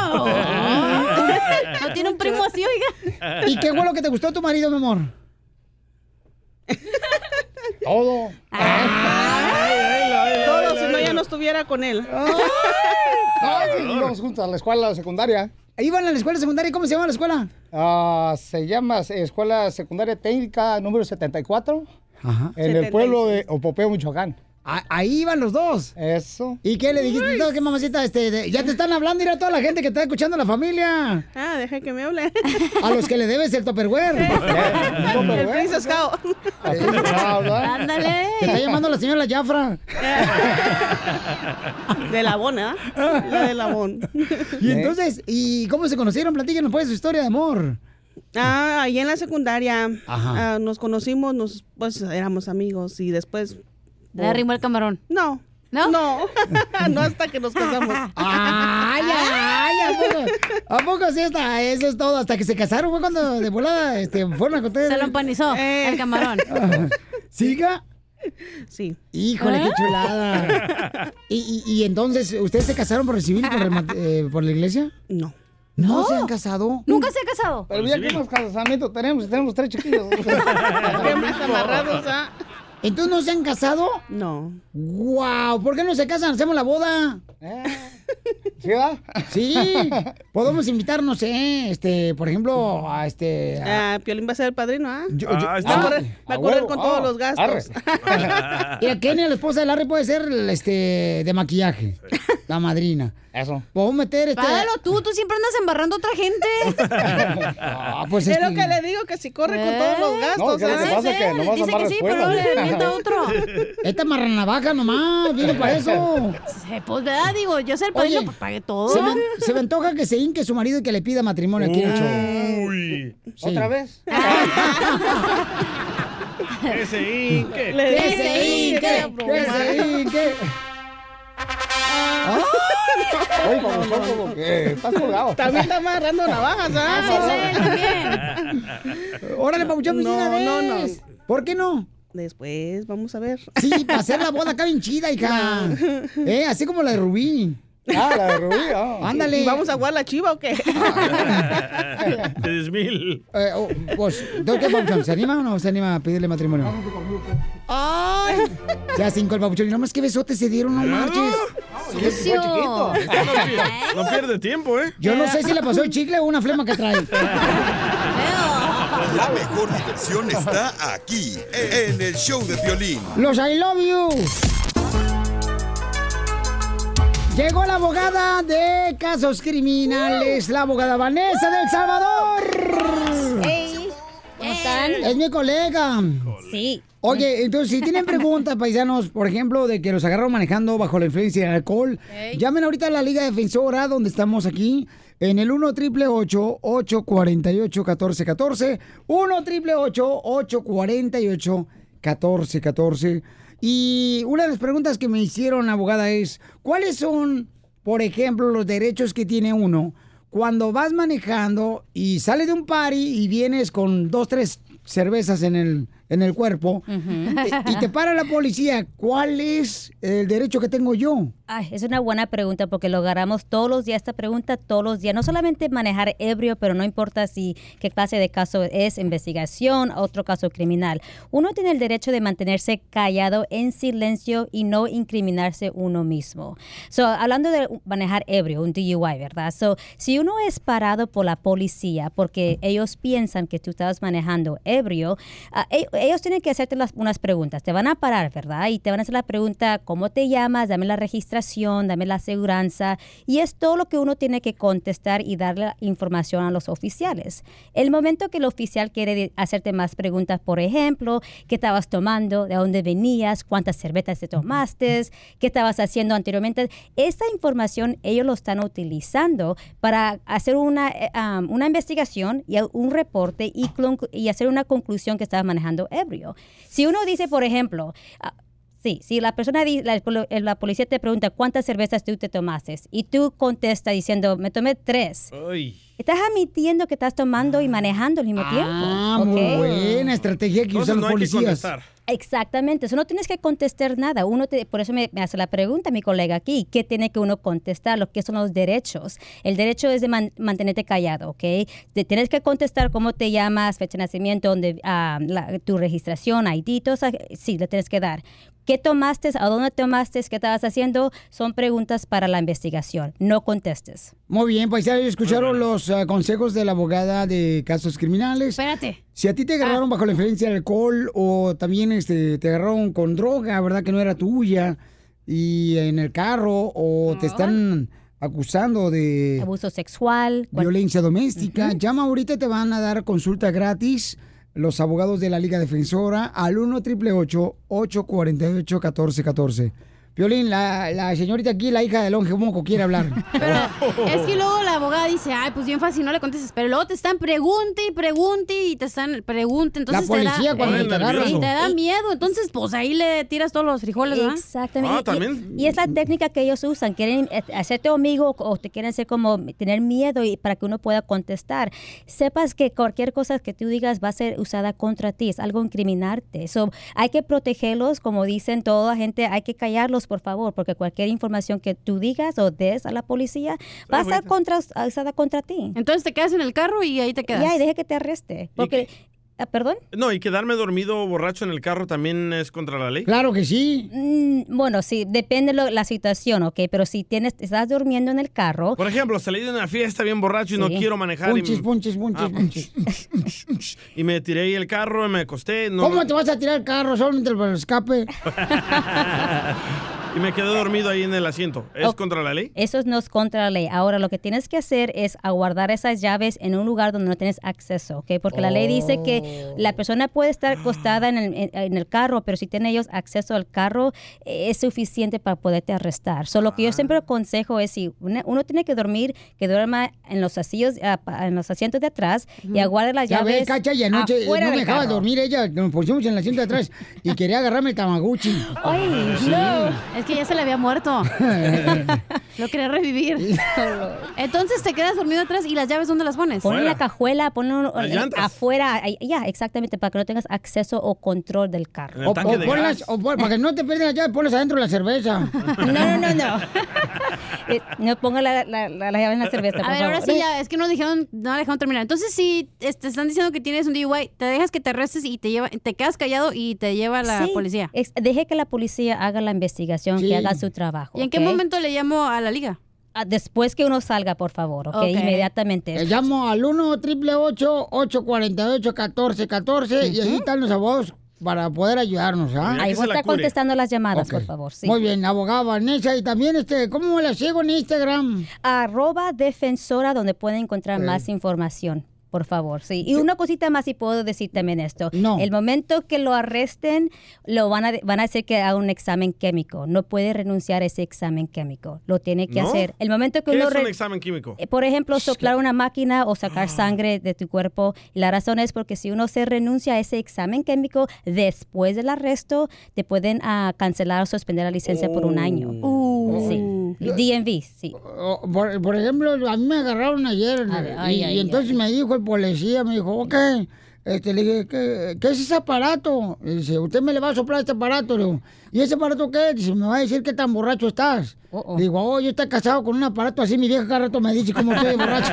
¿No tiene un primo así, oiga? ¿Y qué fue lo que te gustó a tu marido, mi amor? Todo. Todo, si no ya no estuviera con él. Ah, sí, íbamos juntos a la escuela secundaria. ¿Iban a la escuela secundaria? ¿Cómo se llama la escuela? Ah, se llama Escuela Secundaria Técnica número setenta y cuatro. Ajá. En el pueblo de Opopeo, Michoacán. Ah, ahí iban los dos. Eso. ¿Y qué le dijiste? ¿Qué mamacita? Este, de- ya te están hablando, mira a toda la gente que está escuchando, la familia. Ah, deja que me hable. A los que le debes el Tupperware. El Princess Scout. Ándale. Te está llamando la señora Jafra. De Labón, ¿ah? La de Labón. Y entonces, ¿y cómo se conocieron? Platíquenos pues su historia de amor. Ah, ahí en la secundaria Ajá. ah, nos conocimos, nos, pues éramos amigos y después... Le arrimó el camarón. No. ¿No? No, no hasta que nos casamos. ¡Ay, ay! ¿A poco, ¿a poco sí está? Eso es todo. Hasta que se casaron fue cuando de volada este, fueron a contar. Se lo empanizó Eh. el camarón. ¿Siga? Sí. Híjole, qué ¿Ah? chulada. ¿Y, y, y entonces, ¿ustedes se casaron por recibir por, el mat- eh, por la iglesia? No. ¿No, ¿No? se han casado? ¿Nunca se ha casado? Pero ya que más casamiento tenemos, tenemos tres chiquillos. Qué más amarrados, ¿ah? ¿Entonces no se han casado? No. ¡Wow! ¿Por qué no se casan? Hacemos la boda. Eh, ¿Sí, va? Sí. Podemos invitarnos, eh, este, por ejemplo, a este... a- Ah, Piolín va a ser el padrino, ¿ah? Yo- yo- va ah, a correr, va a a correr huevo, con ah, todos los gastos. Y a Kenia, la esposa de Larry, puede ser este, de maquillaje. La madrina. Eso. Podemos meter este... Págalo tú, tú siempre andas embarrando a otra gente. Ah, pues es es lo que- que le digo, que si corre con todos los gastos. No, ¿qué es lo que ¿ah? pasa? Que nomás Dice amarra que sí, espuelas. pero le avienta otro. Esta marranavaca nomás, viene para eso. Sí, pues, ¿verdad? Digo, yo soy el padrino, pues pague todo. Se me, se me antoja que se hinque su marido y que le pida matrimonio aquí en el show. Uy. Sí. ¿Otra vez? Que se hinque. Le Que dije, se hinque, era que broma. se hinque. Oye, papuchón, como que estás colgado. También está amarrando navajas, ¿ah? Así es él también. Órale, papuchón, pues, No, una no, vez. ¿Por qué no? Después, vamos a ver. Sí, para hacer la boda acá bien chida, hija. Eh, así como la de Rubí. Ah, la de Rubí, ah. Ándale. ¿Y vamos a jugar la chiva o qué? Tres mil. Eh, oh, pues, ¿de qué, papuchón? ¿Se anima o no se anima a pedirle matrimonio? ¡Ay! Ya cinco el papuchón. Y no más que besotes se dieron, no marches. Sucio. No, pierde, no pierde tiempo, ¿eh? Yo no sé si le pasó el chicle o una flema que trae. La mejor diversión está aquí, en el show de Piolín. Los I love you. Llegó la abogada de casos criminales, la abogada Vanessa del Salvador. Hey, ¿cómo están? Es mi colega. Sí. Oye, entonces, si tienen preguntas, paisanos, por ejemplo, de que los agarraron manejando bajo la influencia del alcohol, Ey. llamen ahorita a la Liga Defensora, donde estamos aquí, en el uno triple ocho, ocho cuatro ocho, uno cuatro uno cuatro, uno triple ocho, ocho cuatro ocho, uno cuatro uno cuatro. Y una de las preguntas que me hicieron, abogada, es, ¿cuáles son, por ejemplo, los derechos que tiene uno cuando vas manejando y sales de un party y vienes con dos, tres cervezas en el, en el cuerpo y, y te para la policía? ¿Cuál es el derecho que tengo yo? Ay, es una buena pregunta porque lo agarramos todos los días, esta pregunta todos los días. No solamente manejar ebrio, pero no importa si qué clase de caso es, investigación, otro caso criminal. Uno tiene el derecho de mantenerse callado en silencio y no incriminarse uno mismo. So, hablando de manejar ebrio, un D U I, ¿verdad? So, si uno es parado por la policía porque ellos piensan que tú estabas manejando ebrio, uh, ellos, ellos tienen que hacerte las, unas preguntas. Te van a parar, ¿verdad? Y te van a hacer la pregunta, ¿cómo te llamas? Dame la registración, dame la aseguranza, y es todo lo que uno tiene que contestar y darle la información a los oficiales. El momento que el oficial quiere hacerte más preguntas, por ejemplo, ¿qué estabas tomando? ¿De dónde venías? ¿Cuántas cervezas te tomaste? ¿Qué estabas haciendo anteriormente? Esta información ellos lo están utilizando para hacer una, um, una investigación y un reporte y, y hacer una conclusión que estabas manejando ebrio. Si uno dice, por ejemplo, uh, sí, si la persona, la, la policía te pregunta cuántas cervezas tú te tomaste y tú contestas diciendo, me tomé tres. Uy. Estás admitiendo que estás tomando y manejando al mismo tiempo. Ah, muy ¿ok? buena estrategia que Entonces usan no los hay que policías. contestar. Exactamente, eso no tienes que contestar nada. Uno te, por eso me, me hace la pregunta mi colega aquí, ¿qué tiene que uno contestar? Lo que son los derechos. El derecho es de man, mantenerte callado, ¿ok? Te, tienes que contestar cómo te llamas, fecha de nacimiento, donde, uh, la, tu registración, I D, todo eso, sí, le tienes que dar. ¿Qué tomaste? ¿A dónde tomaste? ¿Qué estabas haciendo? Son preguntas para la investigación. No contestes. Muy bien, pues ya escucharon los uh, consejos de la abogada de casos criminales. Espérate. Si a ti te agarraron Ah. bajo la influencia del alcohol o también este, te agarraron con droga, ¿verdad? Que no era tuya, y en el carro, o te están acusando de Abuso sexual. violencia doméstica, llama ahorita y te van a dar consulta gratis los abogados de la Liga Defensora al uno triple ocho, ocho cuatro ocho, uno cuatro uno cuatro. Piolín, la, la señorita aquí, la hija de Longe Moco, quiere hablar. Es que luego la abogada dice, ay, pues bien fácil, no le contestes. Pero luego te están pregunte y pregunte y te están pregunte. Entonces La policía te da, cuando eh, te agarra. y te da miedo. Entonces, pues ahí le tiras todos los frijoles, ¿verdad? Exactamente. Ah, también. Y, y es la técnica que ellos usan. Quieren eh, hacerte amigo o te quieren hacer como tener miedo y para que uno pueda contestar. Sepas que cualquier cosa que tú digas va a ser usada contra ti. Es algo incriminarte. So, hay que protegerlos, como dicen toda la gente. Hay que callarlos, por favor, porque cualquier información que tú digas o des a la policía va a estar contra, usada contra ti. Entonces te quedas en el carro y ahí te quedas. Ya, y deje que te arreste. Porque ¿Perdón? No, y quedarme dormido borracho en el carro también es contra la ley. Claro que sí. Mm, bueno, sí, depende de la situación, ¿ok? Pero si tienes, estás durmiendo en el carro... Por ejemplo, salí de una fiesta bien borracho y Sí. no quiero manejar. Punches, y... punches, punches, Ah, punches. Y me tiré ahí el carro y me acosté. No... ¿Cómo te vas a tirar el carro solamente por el escape? Y me quedé dormido ahí en el asiento. ¿Es Ok. contra la ley? Eso no es contra la ley. Ahora, lo que tienes que hacer es aguardar esas llaves en un lugar donde no tienes acceso, ¿ok? Porque la ley dice que la persona puede estar acostada en el, en, en el carro, pero si tienen ellos acceso al carro, eh, es suficiente para poderte arrestar. So, lo que yo siempre aconsejo es si una- uno tiene que dormir, que duerma en los asillos, ah, pa- en los asientos de atrás y aguarde las Ya llaves ves, Cacha, y anoche afuera no me del dejaba carro. dormir ella. Nos pusimos en el asiento de atrás y quería agarrarme el Tamaguchi. Ay, Sí. no. Es que ya se le había muerto. Lo quería revivir. Entonces te quedas dormido atrás y las llaves, ¿dónde las pones? Ponlo en la cajuela, ponlo Las en- llantas. afuera, ahí- ya, exactamente, para que no tengas acceso o control del carro. O, o ponlas, o pon- para que no te pierdas las llaves, ponlas adentro de la cerveza. No, no, no, no. Eh, no ponga la, la, la, la llave en la cerveza, por A ver, ahora favor. sí ya, es que no dijeron, no dejaron terminar. Entonces, si te están diciendo que tienes un D U I, te dejas que te arrestes y te lleva, te quedas callado y te lleva la Sí, policía. ex- deje que la policía haga la investigación, Sí. que haga su trabajo. ¿Y en qué ¿ok? momento le llamo a la liga? Ah, después que uno salga, por favor, ¿ok? Ok. Inmediatamente. Le llamo al uno, ocho ocho ocho, ocho cuatro ocho, uno cuatro uno cuatro y ahí están los abogados para poder ayudarnos, ¿ah? Ahí voy a estar contestando las llamadas, Ok. por favor. Sí. Muy bien, abogada Vanessa. Y también, este, ¿cómo la sigo en Instagram? Arroba defensora, donde pueden encontrar Ok. más información. Por favor, sí. Y una cosita más, si puedo decir también esto. No. El momento que lo arresten, lo van a, van a hacer que haga un examen químico. No puede renunciar a ese examen químico. Lo tiene que ¿No? hacer. El momento que ¿Qué uno... es un re- examen químico? Eh, Por ejemplo, soplar una máquina o sacar sangre de tu cuerpo. Y la razón es porque si uno se renuncia a ese examen químico, después del arresto, te pueden ah, cancelar o suspender la licencia por un año. Sí. D M V, sí. O- Por, por ejemplo, a mí me agarraron ayer A ver, y, ay, y ay, entonces me dijo el policía, me dijo, ok, este, le dije, ¿qué, qué es ese aparato? Y dice, usted me le va a soplar este aparato. Le digo, ¿y ese aparato qué? Dice, me va a decir qué tan borracho estás. Le digo, oh, yo estoy casado con un aparato así, mi vieja cada rato me dice cómo estoy de borracho.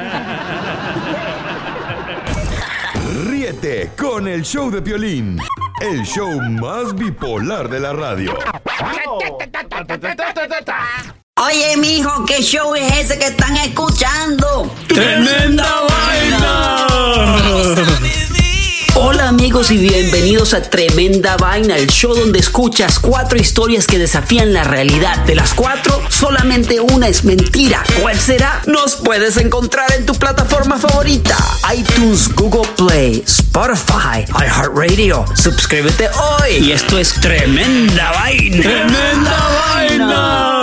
Ríete con el show de Piolín, el show más bipolar de la radio. Oye, mijo, ¿qué show es ese que están escuchando? ¡Tremenda Vaina! Hola amigos y bienvenidos a Tremenda Vaina, el show donde escuchas cuatro historias que desafían la realidad. De las cuatro, solamente una es mentira. ¿Cuál será? Nos puedes encontrar en tu plataforma favorita: iTunes, Google Play, Spotify, iHeartRadio. Suscríbete hoy. Y esto es Tremenda Vaina. ¡Tremenda Vaina!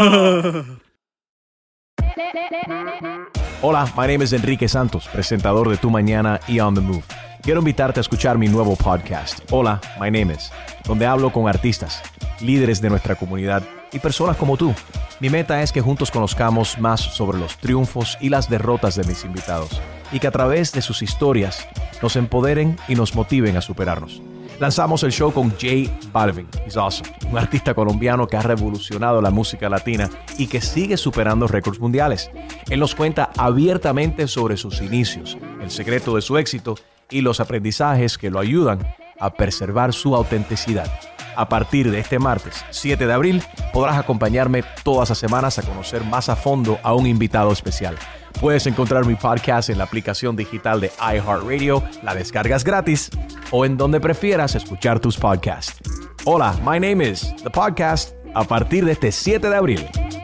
Hola, my name is Enrique Santos, presentador de Tu Mañana y On The Move. Quiero invitarte a escuchar mi nuevo podcast, Hola, my name is, donde hablo con artistas, líderes de nuestra comunidad y personas como tú. Mi meta es que juntos conozcamos más sobre los triunfos y las derrotas de mis invitados y que a través de sus historias nos empoderen y nos motiven a superarnos. Lanzamos el show con J Balvin, he's awesome, un artista colombiano que ha revolucionado la música latina y que sigue superando récords mundiales. Él nos cuenta abiertamente sobre sus inicios, el secreto de su éxito y los aprendizajes que lo ayudan a preservar su autenticidad. A partir de este martes, siete de abril, podrás acompañarme todas las semanas a conocer más a fondo a un invitado especial. Puedes encontrar mi podcast en la aplicación digital de iHeartRadio, la descargas gratis, o en donde prefieras escuchar tus podcasts. Hola, my name is The Podcast, a partir de este siete de abril.